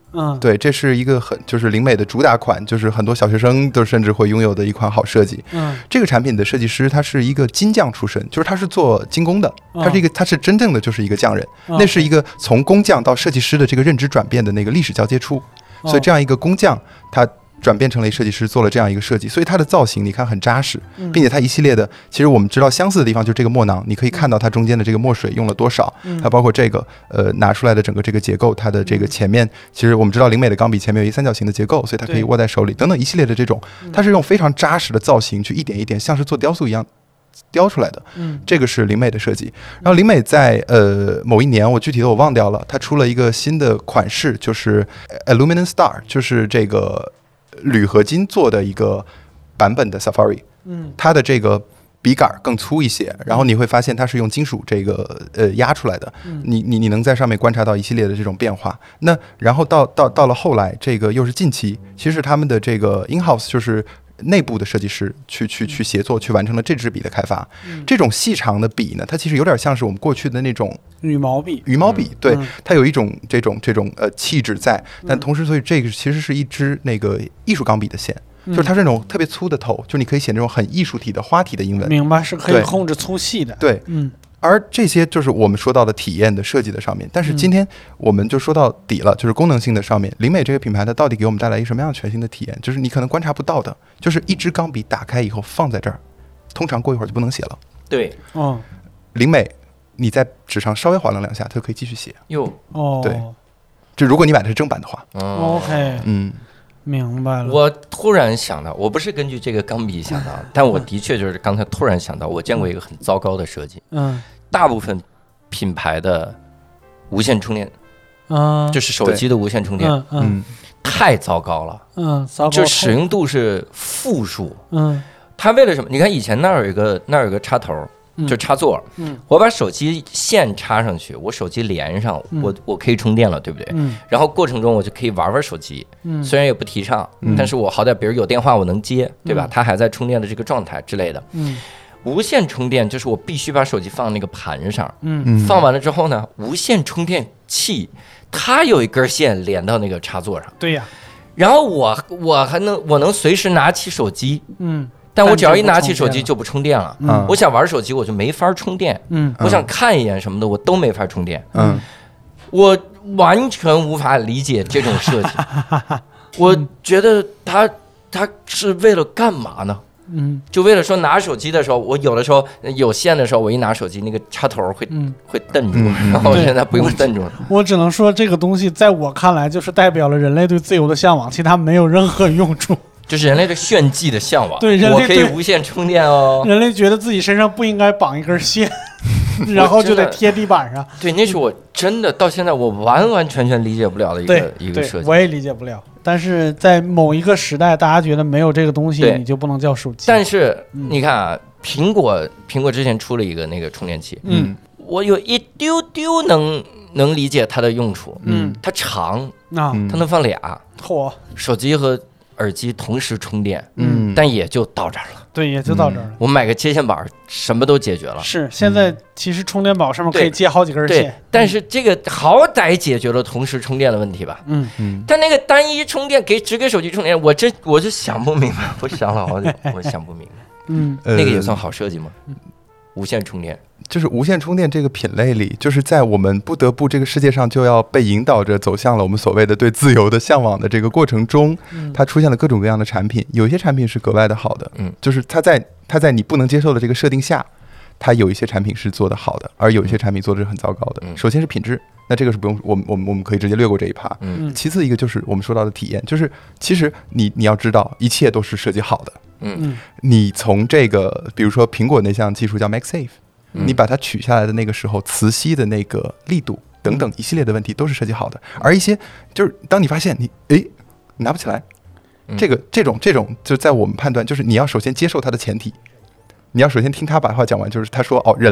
嗯， 对，这是一个很就是灵美的主打款，就是很多小学生都甚至会拥有的一款好设计。 嗯， 这个产品的设计师他是一个金匠出身，就是他是做精工的，他是一个他是真正的就是一个匠人， 嗯、 那是一个从工匠到设计师的这个认知转变的那个历史交接处，所以这样一个工匠他转变成了一设计师，做了这样一个设计，所以它的造型你看很扎实，并且它一系列的，其实我们知道相似的地方就是这个墨囊，你可以看到它中间的这个墨水用了多少，它包括这个呃拿出来的整个这个结构，它的这个前面，其实我们知道灵美的钢笔前面有一三角形的结构，所以它可以握在手里，等等一系列的这种，它是用非常扎实的造型去一点一点像是做雕塑一样雕出来的，这个是灵美的设计。然后灵美在呃某一年，我具体的我忘掉了，它出了一个新的款式，就是 Aluminum Star， 就是这个铝合金做的一个版本的 Safari， 嗯，它的这个笔杆更粗一些，然后你会发现它是用金属这个呃压出来的，你你你能在上面观察到一系列的这种变化。那然后到到到了后来，这个又是近期，其实他们的这个 in-house 就是内部的设计师去去去协作，去完成了这支笔的开发。嗯、这种细长的笔呢，它其实有点像是我们过去的那种羽毛笔。 羽毛笔，对，嗯、它有一种这种这种呃气质在，但同时，所以这个其实是一支那个艺术钢笔的线。就是它是那种特别粗的头，就是你可以写那种很艺术体的花体的英文。 明白，是可以控制粗细的。 对，嗯。而这些就是我们说到的体验的设计的上面，但是今天我们就说到底了，就是功能性的上面，灵美这个品牌它到底给我们带来一个什么样全新的体验？就是你可能观察不到的，就是一支钢笔打开以后放在这儿，通常过一会儿就不能写了。 对， 哦， 灵美你在纸上稍微划了两下，它就可以继续写。 哟， 哦， 对，就如果你买的是正版的话。 哦、OK， 嗯。 明白了。 我突然想到，我不是根据这个钢笔想到，但我的确就是刚才突然想到，我见过一个很糟糕的设计。嗯，大部分品牌的无线充电，嗯，就是手机的无线充电，嗯嗯，太糟糕了。嗯，糟糕。就使用度是负数。嗯，它为了什么？你看以前那儿有一个那儿有个插头。就插座，嗯，我把手机线插上去，我手机连上，嗯、我我可以充电了，对不对？嗯，然后过程中我就可以玩玩手机，嗯，虽然也不提倡，嗯、但是我好歹比如有电话我能接，对吧？嗯、它还在充电的这个状态之类的，嗯，无线充电就是我必须把手机放那个盘上，嗯，放完了之后呢，无线充电器它有一根线连到那个插座上， 对呀， 然后我我还能我能随时拿起手机，嗯。但我只要一拿起手机就不充电了，嗯，我想玩手机我就没法充电，嗯，我想看一眼什么的我都没法充电，嗯，我完全无法理解这种设计，我觉得它它是为了干嘛呢？嗯，就为了说拿手机的时候，我有的时候有线的时候，我一拿手机那个插头会、嗯、会瞪住，然后我现在不用瞪住了。 我只能说这个东西在我看来就是代表了人类对自由的向往，其他没有任何用处。 就是人类的炫技的向往， 对，人类我可以无线充电哦。 人类觉得自己身上不应该绑一根线，然后就得贴地板上。 对，那是我真的到现在我完完全全理解不了的一个一个设计。 我也理解不了。但是在某一个时代，大家觉得没有这个东西，你就不能叫手机。 但是、嗯、你看啊，苹果苹果之前出了一个那个充电器，嗯，我有一丢丢能能理解它的用处，嗯，它长啊，它能放俩，嚯、嗯，手机和耳机同时充电，嗯，但也就到这儿了。 对，也就到这儿了。 嗯、我买个接线板，什么都解决了。 是，现在其实充电宝上面可以接好几根线。 对，但是这个好歹解决了同时充电的问题吧？嗯嗯。但那个单一充电给只给手机充电，我这我就想不明白，我想了好久，我想不明白。嗯，那个也算好设计吗？嗯、无线充电。 就是无线充电这个品类里，就是在我们不得不这个世界上就要被引导着走向了我们所谓的对自由的向往的这个过程中，它出现了各种各样的产品，有一些产品是格外的好的，嗯，就是它在它在你不能接受的这个设定下，它有一些产品是做得好的，而有一些产品做的是很糟糕的。首先是品质，那这个是不用我们我们我们可以直接略过这一趴。嗯，其次一个就是我们说到的体验，就是其实你你要知道，一切都是设计好的。嗯，你从这个比如说苹果那项技术叫 MagSafe。你把它取下来的那个时候，磁吸的那个力度等等一系列的问题都是设计好的，而一些就是当你发现你诶你拿不起来，这个这种这种就在我们判断，就是你要首先接受它的前提，你要首先听他把话讲完，就是他说哦人类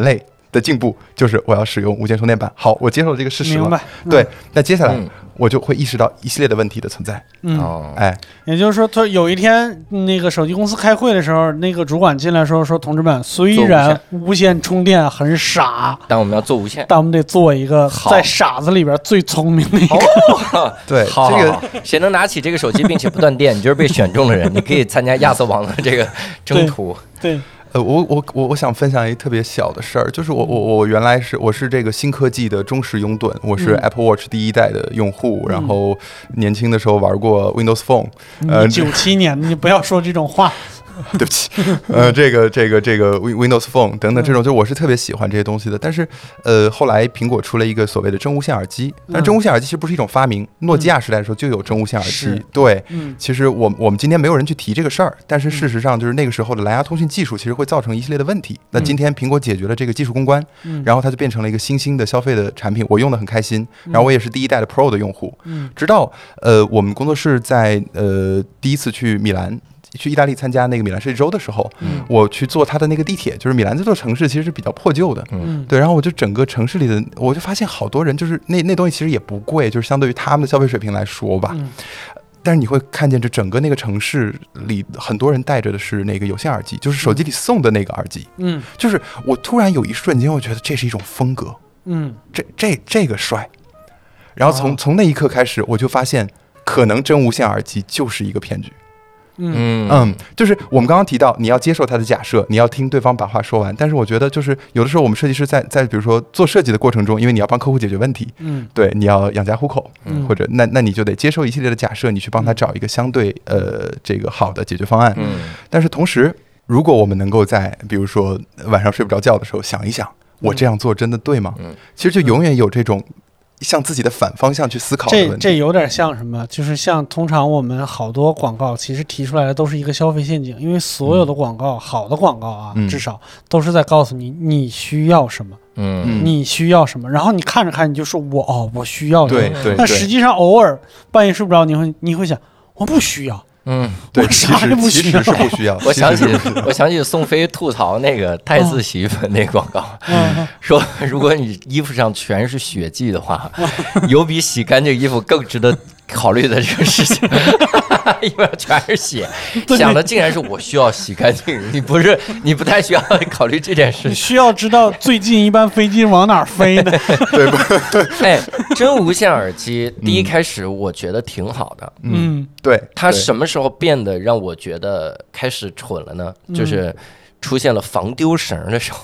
的进步就是我要使用无线充电板。好，我接受了这个事实了。 明白。 对，那接下来我就会意识到一系列的问题的存在。 嗯， 哎， 也就是说，他有一天那个手机公司开会的时候，那个主管进来说说，同志们，虽然无线充电很傻， 但我们要做无线， 但我们得做一个在傻子里边最聪明的一个。 哦、 对， 好这个谁能拿起这个手机并且不断电，你就是被选中的人，你可以参加亚瑟王的这个征途。 对。对呃，我我我我想分享一个特别小的事儿，就是我我我原来是我是这个新科技的忠实拥趸，我是 Apple Watch 第一代的用户，嗯、然后年轻的时候玩过 Windows Phone， 呃，九七年的你不要说这种话。 对不起，呃，这个这个这个 Windows Phone 等等这种，就我是特别喜欢这些东西的。但是，呃，后来苹果出了一个所谓的真无线耳机，但真无线耳机其实不是一种发明，诺基亚时代的时候就有真无线耳机。对，其实我我们今天没有人去提这个事儿，但是事实上就是那个时候的蓝牙通讯技术其实会造成一系列的问题。那今天苹果解决了这个技术攻关，然后它就变成了一个新兴的消费的产品，我用的很开心。然后我也是第一代的 Pro 的用户，直到呃我们工作室在呃第一次去米兰。去意大利参加那个米兰设计周的时候，嗯、我去坐他的那个地铁，就是米兰这座城市其实是比较破旧的，嗯，对，然后我就整个城市里的，我就发现好多人就是那那东西其实也不贵，就是相对于他们的消费水平来说吧，嗯、但是你会看见这整个那个城市里很多人戴着的是那个有线耳机，就是手机里送的那个耳机，嗯，就是我突然有一瞬间，我觉得这是一种风格，嗯，这这这个帅，然后从、哦、从那一刻开始，我就发现可能真无线耳机就是一个骗局。嗯嗯，就是我们刚刚提到，你要接受他的假设，你要听对方把话说完。但是我觉得，就是有的时候我们设计师在在比如说做设计的过程中，因为你要帮客户解决问题，嗯，对，你要养家糊口，嗯，或者那那你就得接受一系列的假设，你去帮他找一个相对呃这个好的解决方案。嗯，但是同时，如果我们能够在比如说晚上睡不着觉的时候想一想，我这样做真的对吗？嗯，其实就永远有这种。向自己的反方向去思考的问题， 这这有点像什么？就是像通常我们好多广告，其实提出来的都是一个消费陷阱，因为所有的广告，嗯、好的广告啊，嗯、至少都是在告诉你你需要什么，嗯，你需要什么，然后你看着看，你就说我哦，我需要什么， 对对。 但实际上偶尔半夜睡不着，你会你会想，我不需要。 嗯， 对， 啥也不需要， 其实是不需要。 我想起，我想起宋飞吐槽那个汰渍洗衣粉那个广告，嗯、说如果你衣服上全是血迹的话，嗯、有比洗干净衣服更值得考虑的这个事情。衣服上全是血，想的竟然是我需要洗干净，你不是，你不太需要考虑这件事。 你需要知道最近一班飞机往哪儿飞呢？ 对吧？ 哎，真无线耳机第一开始我觉得挺好的， 嗯，对。 它什么时候变得让我觉得开始蠢了呢？嗯、就是出现了防丢绳的时候，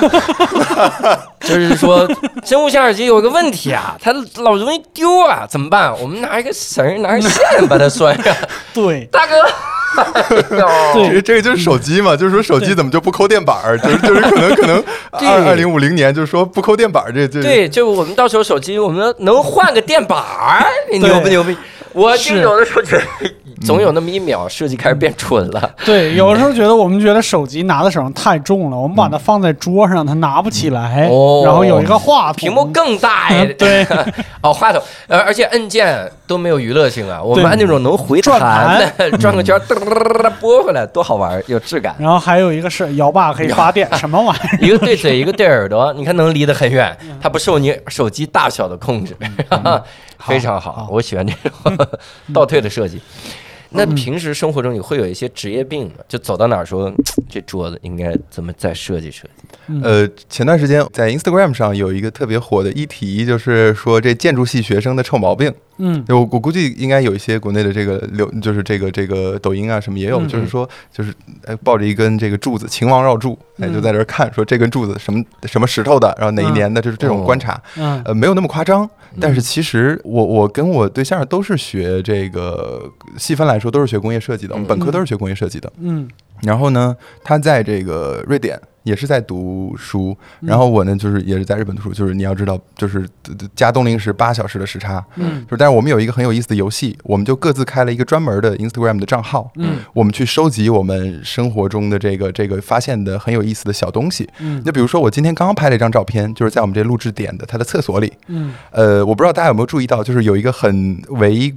就是说真无线耳机有个问题啊，它老容易丢啊，怎么办？我们拿一个绳，拿个线把它拴上。 对， 大哥。 对，这个就是手机嘛，就是说手机怎么就不抠电板儿？就是就是可能可能二二零五零年就是说不抠电板儿，这这对，就我们到时候手机我们能换个电板儿，你牛不牛逼？我就有的时候觉得，总有那么一秒，设计开始变蠢了。 对，有的时候觉得我们觉得手机拿在手上太重了，我们把它放在桌上，它拿不起来。哦，然后有一个话筒， 屏幕更大哎。 对， 哦，话筒，呃，而且按键都没有娱乐性啊。我们按那种能回弹的，转个圈，嘚嘚嘚嘚拨回来，多好玩，有质感。 然后还有一个是摇把可以发电，什么玩意儿？ 一个对嘴，一个对耳朵，你看能离得很远，它不受你手机大小的控制。非常好，我喜欢这种倒退的设计。那平时生活中你会有一些职业病吗？就走到哪儿说这桌子应该怎么再设计设计？ 呃，前段时间在 Instagram 上有一个特别火的议题，就是说这建筑系学生的臭毛病。嗯，我我估计应该有一些国内的这个流，就是这个这个抖音啊什么也有，嗯、就是说就是哎抱着一根这个柱子，秦王绕柱，哎就在这儿看，说这根柱子什么什么石头的，然后哪一年的，就是这种观察。嗯，呃没有那么夸张，但是其实我我跟我对象都是学这个，细分来说都是学工业设计的，我们本科都是学工业设计的。嗯，然后呢，他在这个瑞典。也是在读书，然后我呢就是也是在日本读书，就是你要知道，就是加冬令时八小时的时差，嗯，就是但是我们有一个很有意思的游戏，我们就各自开了一个专门的 Instagram 的账号，嗯，我们去收集我们生活中的这个这个发现的很有意思的小东西，嗯，就比如说我今天刚刚拍了一张照片，就是在我们这录制点的它的厕所里，嗯，呃，我不知道大家有没有注意到，就是有一个很为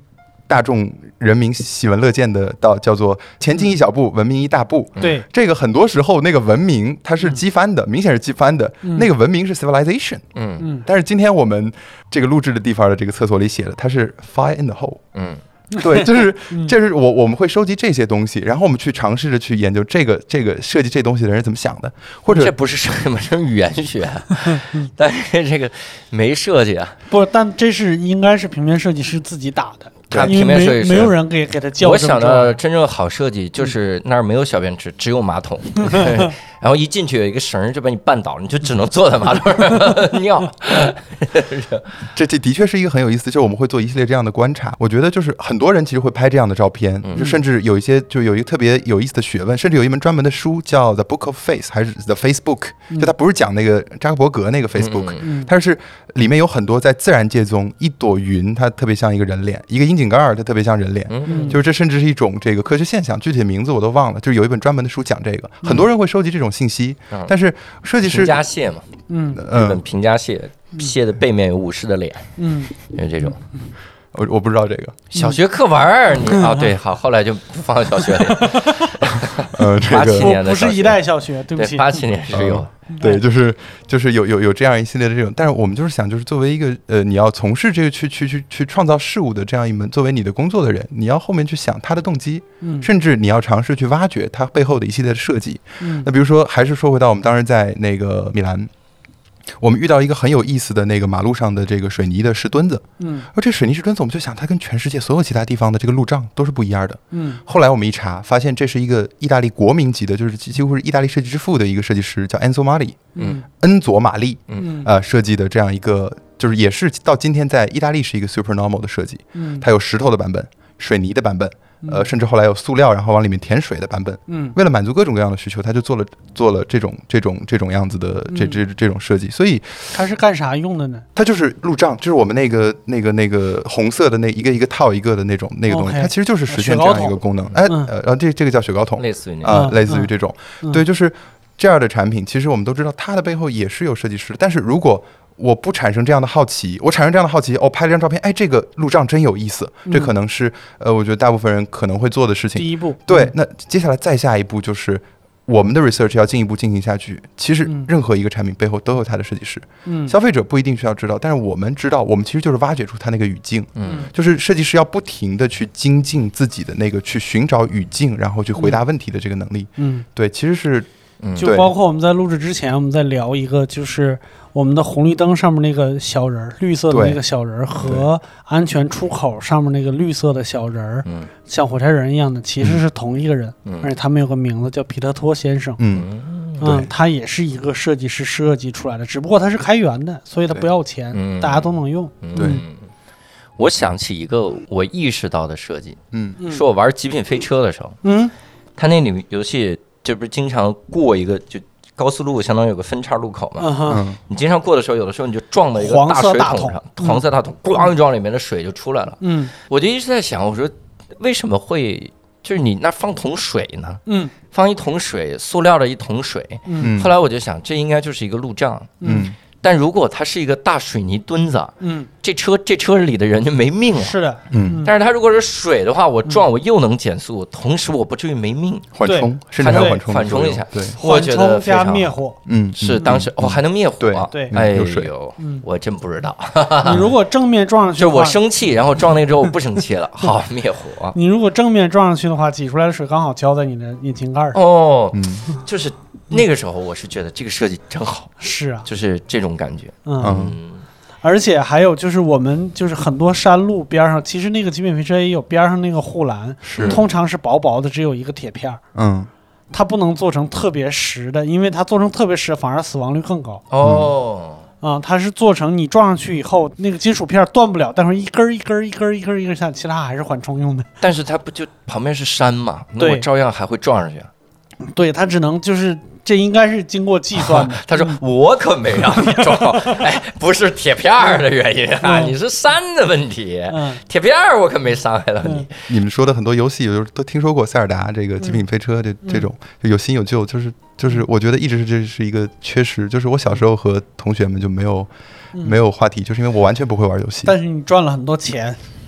大众人民喜闻乐见的到叫做前进一小步，文明一大步。 对， 这个很多时候那个文明它是机翻的，嗯、明显是机翻的。嗯、那个文明是 civilization。嗯嗯。但是今天我们这个录制的地方的这个厕所里写的，它是 fire in the hole。嗯。对，就是就是我我们会收集这些东西，然后我们去尝试着去研究这个这个设计这东西的人怎么想的，或者这不是什么是语言学，但是这个没设计啊。 不，但这是应该是平面设计师自己打的。 对， 因为没没有人给给他校正。 我想到真正好设计就是那儿没有小便池，只有马桶，然后一进去有一个绳就把你绊倒，你就只能坐在马桶上尿。 这这的确是一个很有意思，就是我们会做一系列这样的观察。我觉得就是很多人其实会拍这样的照片，就甚至有一些就有一个特别有意思的学问，甚至有一门专门的书叫 The Book of Face 还是 The Facebook， 就它不是讲那个扎克伯格那个 Facebook，它是里面有很多在自然界中一朵云，它特别像一个人脸，一个樱井盖它特别像人脸，嗯、就是这甚至是一种这个科学现象，具体的名字我都忘了。就是有一本专门的书讲这个，很多人会收集这种信息，嗯、但是设计师平家蟹嘛，嗯，日本平家蟹，蟹的背面有武士的脸，嗯，就是这种。 我我不知道这个小学课文儿，你啊、哦、对，好，后来就不放小学里。 呃，这个八七年的不是一代小学，对不起， 八七年是有。 对，就是就是有有有这样一系列的这种，但是我们就是想，就是作为一个呃，你要从事这个去去去去创造事物的这样一门作为你的工作的人，你要后面去想他的动机，嗯，甚至你要尝试去挖掘他背后的一系列的设计。嗯，那比如说，还是说回到我们当时在那个米兰。我们遇到一个很有意思的那个马路上的这个水泥的石墩子，嗯，而这水泥石墩子，我们就想它跟全世界所有其他地方的这个路障都是不一样的，嗯。后来我们一查，发现这是一个意大利国民级的，就是几乎是意大利设计之父的一个设计师，叫 Enzo Mali， 嗯，恩佐玛丽，嗯，呃，设计的这样一个，就是也是到今天在意大利是一个 super normal 的设计，嗯，它有石头的版本，水泥的版本。呃，甚至后来有塑料，然后往里面填水的版本。嗯，为了满足各种各样的需求，他就做了做了这种这种这种样子的这这这种设计。所以它是干啥用的呢？ 它就是路障，就是我们那个那个那个红色的那一个一个套一个的那种那个东西， okay, 它其实就是实现这样一个功能。哎，呃，然后这这个叫雪糕筒， 类似于啊、呃，类似于这种，嗯、对，就是这样的产品。其实我们都知道，它的背后也是有设计师，但是如果我不产生这样的好奇，我产生这样的好奇，哦，拍了张照片，哎，这个路障真有意思，这可能是呃，我觉得大部分人可能会做的事情。 第一步， 对，那接下来再下一步就是我们的 research 要进一步进行下去。其实任何一个产品背后都有它的设计师，嗯，消费者不一定需要知道，但是我们知道，我们其实就是挖掘出它那个语境，嗯，就是设计师要不停的去精进自己的那个去寻找语境，然后去回答问题的这个能力，嗯，对，其实是。 嗯、就包括我们在录制之前，我们在聊一个，就是我们的红绿灯上面那个小人，绿色的那个小人和安全出口上面那个绿色的小人，嗯，像火柴人一样的，其实是同一个人，嗯、而且他们有个名字叫皮特托先生，嗯嗯，他也是一个设计师设计出来的，只不过他是开源的，所以他不要钱，大家都能用。 对， 嗯、 我想起一个我意识到的设计，嗯，是我玩极品飞车的时候，嗯，他那里游戏。这不是经常过一个就高速路，相当于有个分叉路口嘛。嗯、你经常过的时候，有的时候你就撞到一个大水桶上，黄色大桶，咣一撞，里面的水就出来了。嗯，我就一直在想，我说为什么会就是你那放桶水呢？嗯，放一桶水，塑料的一桶水。嗯，后来我就想，这应该就是一个路障。嗯。但如果它是一个大水泥墩子，嗯，这车这车里的人就没命了。 是的， 嗯。但是它如果是水的话，我撞我又能减速，嗯、同时我不至于没命。 缓冲，甚至还缓冲， 缓冲一下。 对， 我觉得加灭火， 嗯，是当时哦还能灭火。 对， 哎呦，我真不知道。 你如果正面撞上去， 就我生气，然后撞那个之后我不生气了，好灭火。 你如果正面撞上去的话，挤出来的水刚好浇在你的引擎盖上。 哦，嗯，就是。那个时候我是觉得这个设计真好， 是啊， 就是这种感觉， 嗯，嗯而且还有就是我们就是很多山路边上，其实那个极品飞车也有边上那个护栏， 是通常是薄薄的，只有一个铁片，嗯，它不能做成特别实的，因为它做成特别实反而死亡率更高。 哦。 啊、嗯，它是做成你撞上去以后，那个金属片断不了，但是一根一根一根一根一根下，其他还是缓冲用的。 但是它不就旁边是山嘛，那我照样还会撞上去。 对，它只能就是这应该是经过计算的。 他说我可没让你撞，哎，不是铁片的原因啊，你是山的问题。嗯，铁片我可没伤害到你。 你们说的很多游戏，有都听说过塞尔达这个极品飞车这这种有新有旧，就是就是我觉得一直是这是一个缺失，就是我小时候和同学们就没有没有话题，就是因为我完全不会玩游戏。 但是你赚了很多钱。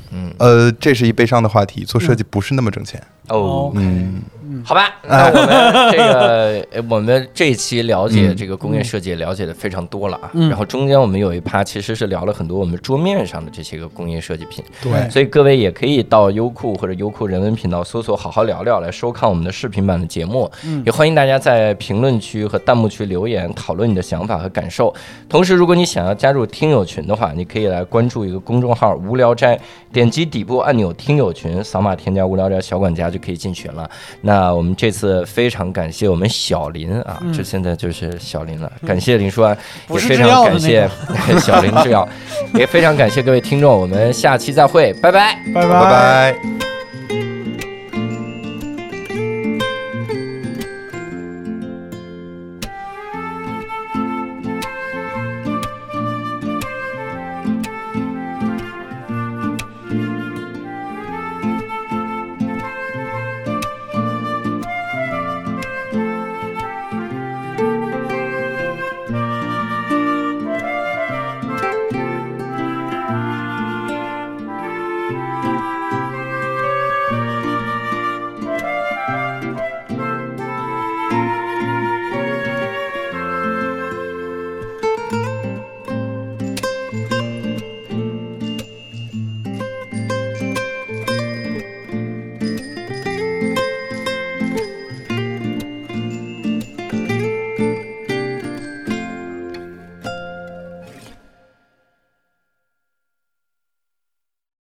嗯，呃，这是一悲伤的话题，做设计不是那么挣钱。 哦，嗯。好吧，那我们这个我们这一期了解这个工业设计了解的非常多了啊，嗯、然后中间我们有一趴其实是聊了很多我们桌面上的这些个工业设计品， 对， 所以各位也可以到优酷或者优酷人文频道搜索好好聊聊来收看我们的视频版的节目，嗯、也欢迎大家在评论区和弹幕区留言讨论你的想法和感受。同时，如果你想要加入听友群的话，你可以来关注一个公众号无聊斋，点击底部按钮听友群，扫码添加无聊斋小管家就可以进群了。那我们这次非常感谢我们小林啊，嗯、这现在就是小林了，感谢林叔安，也非常感谢小林制药，也非常感谢各位听众，我们下期再会，拜拜， 拜拜。 拜拜。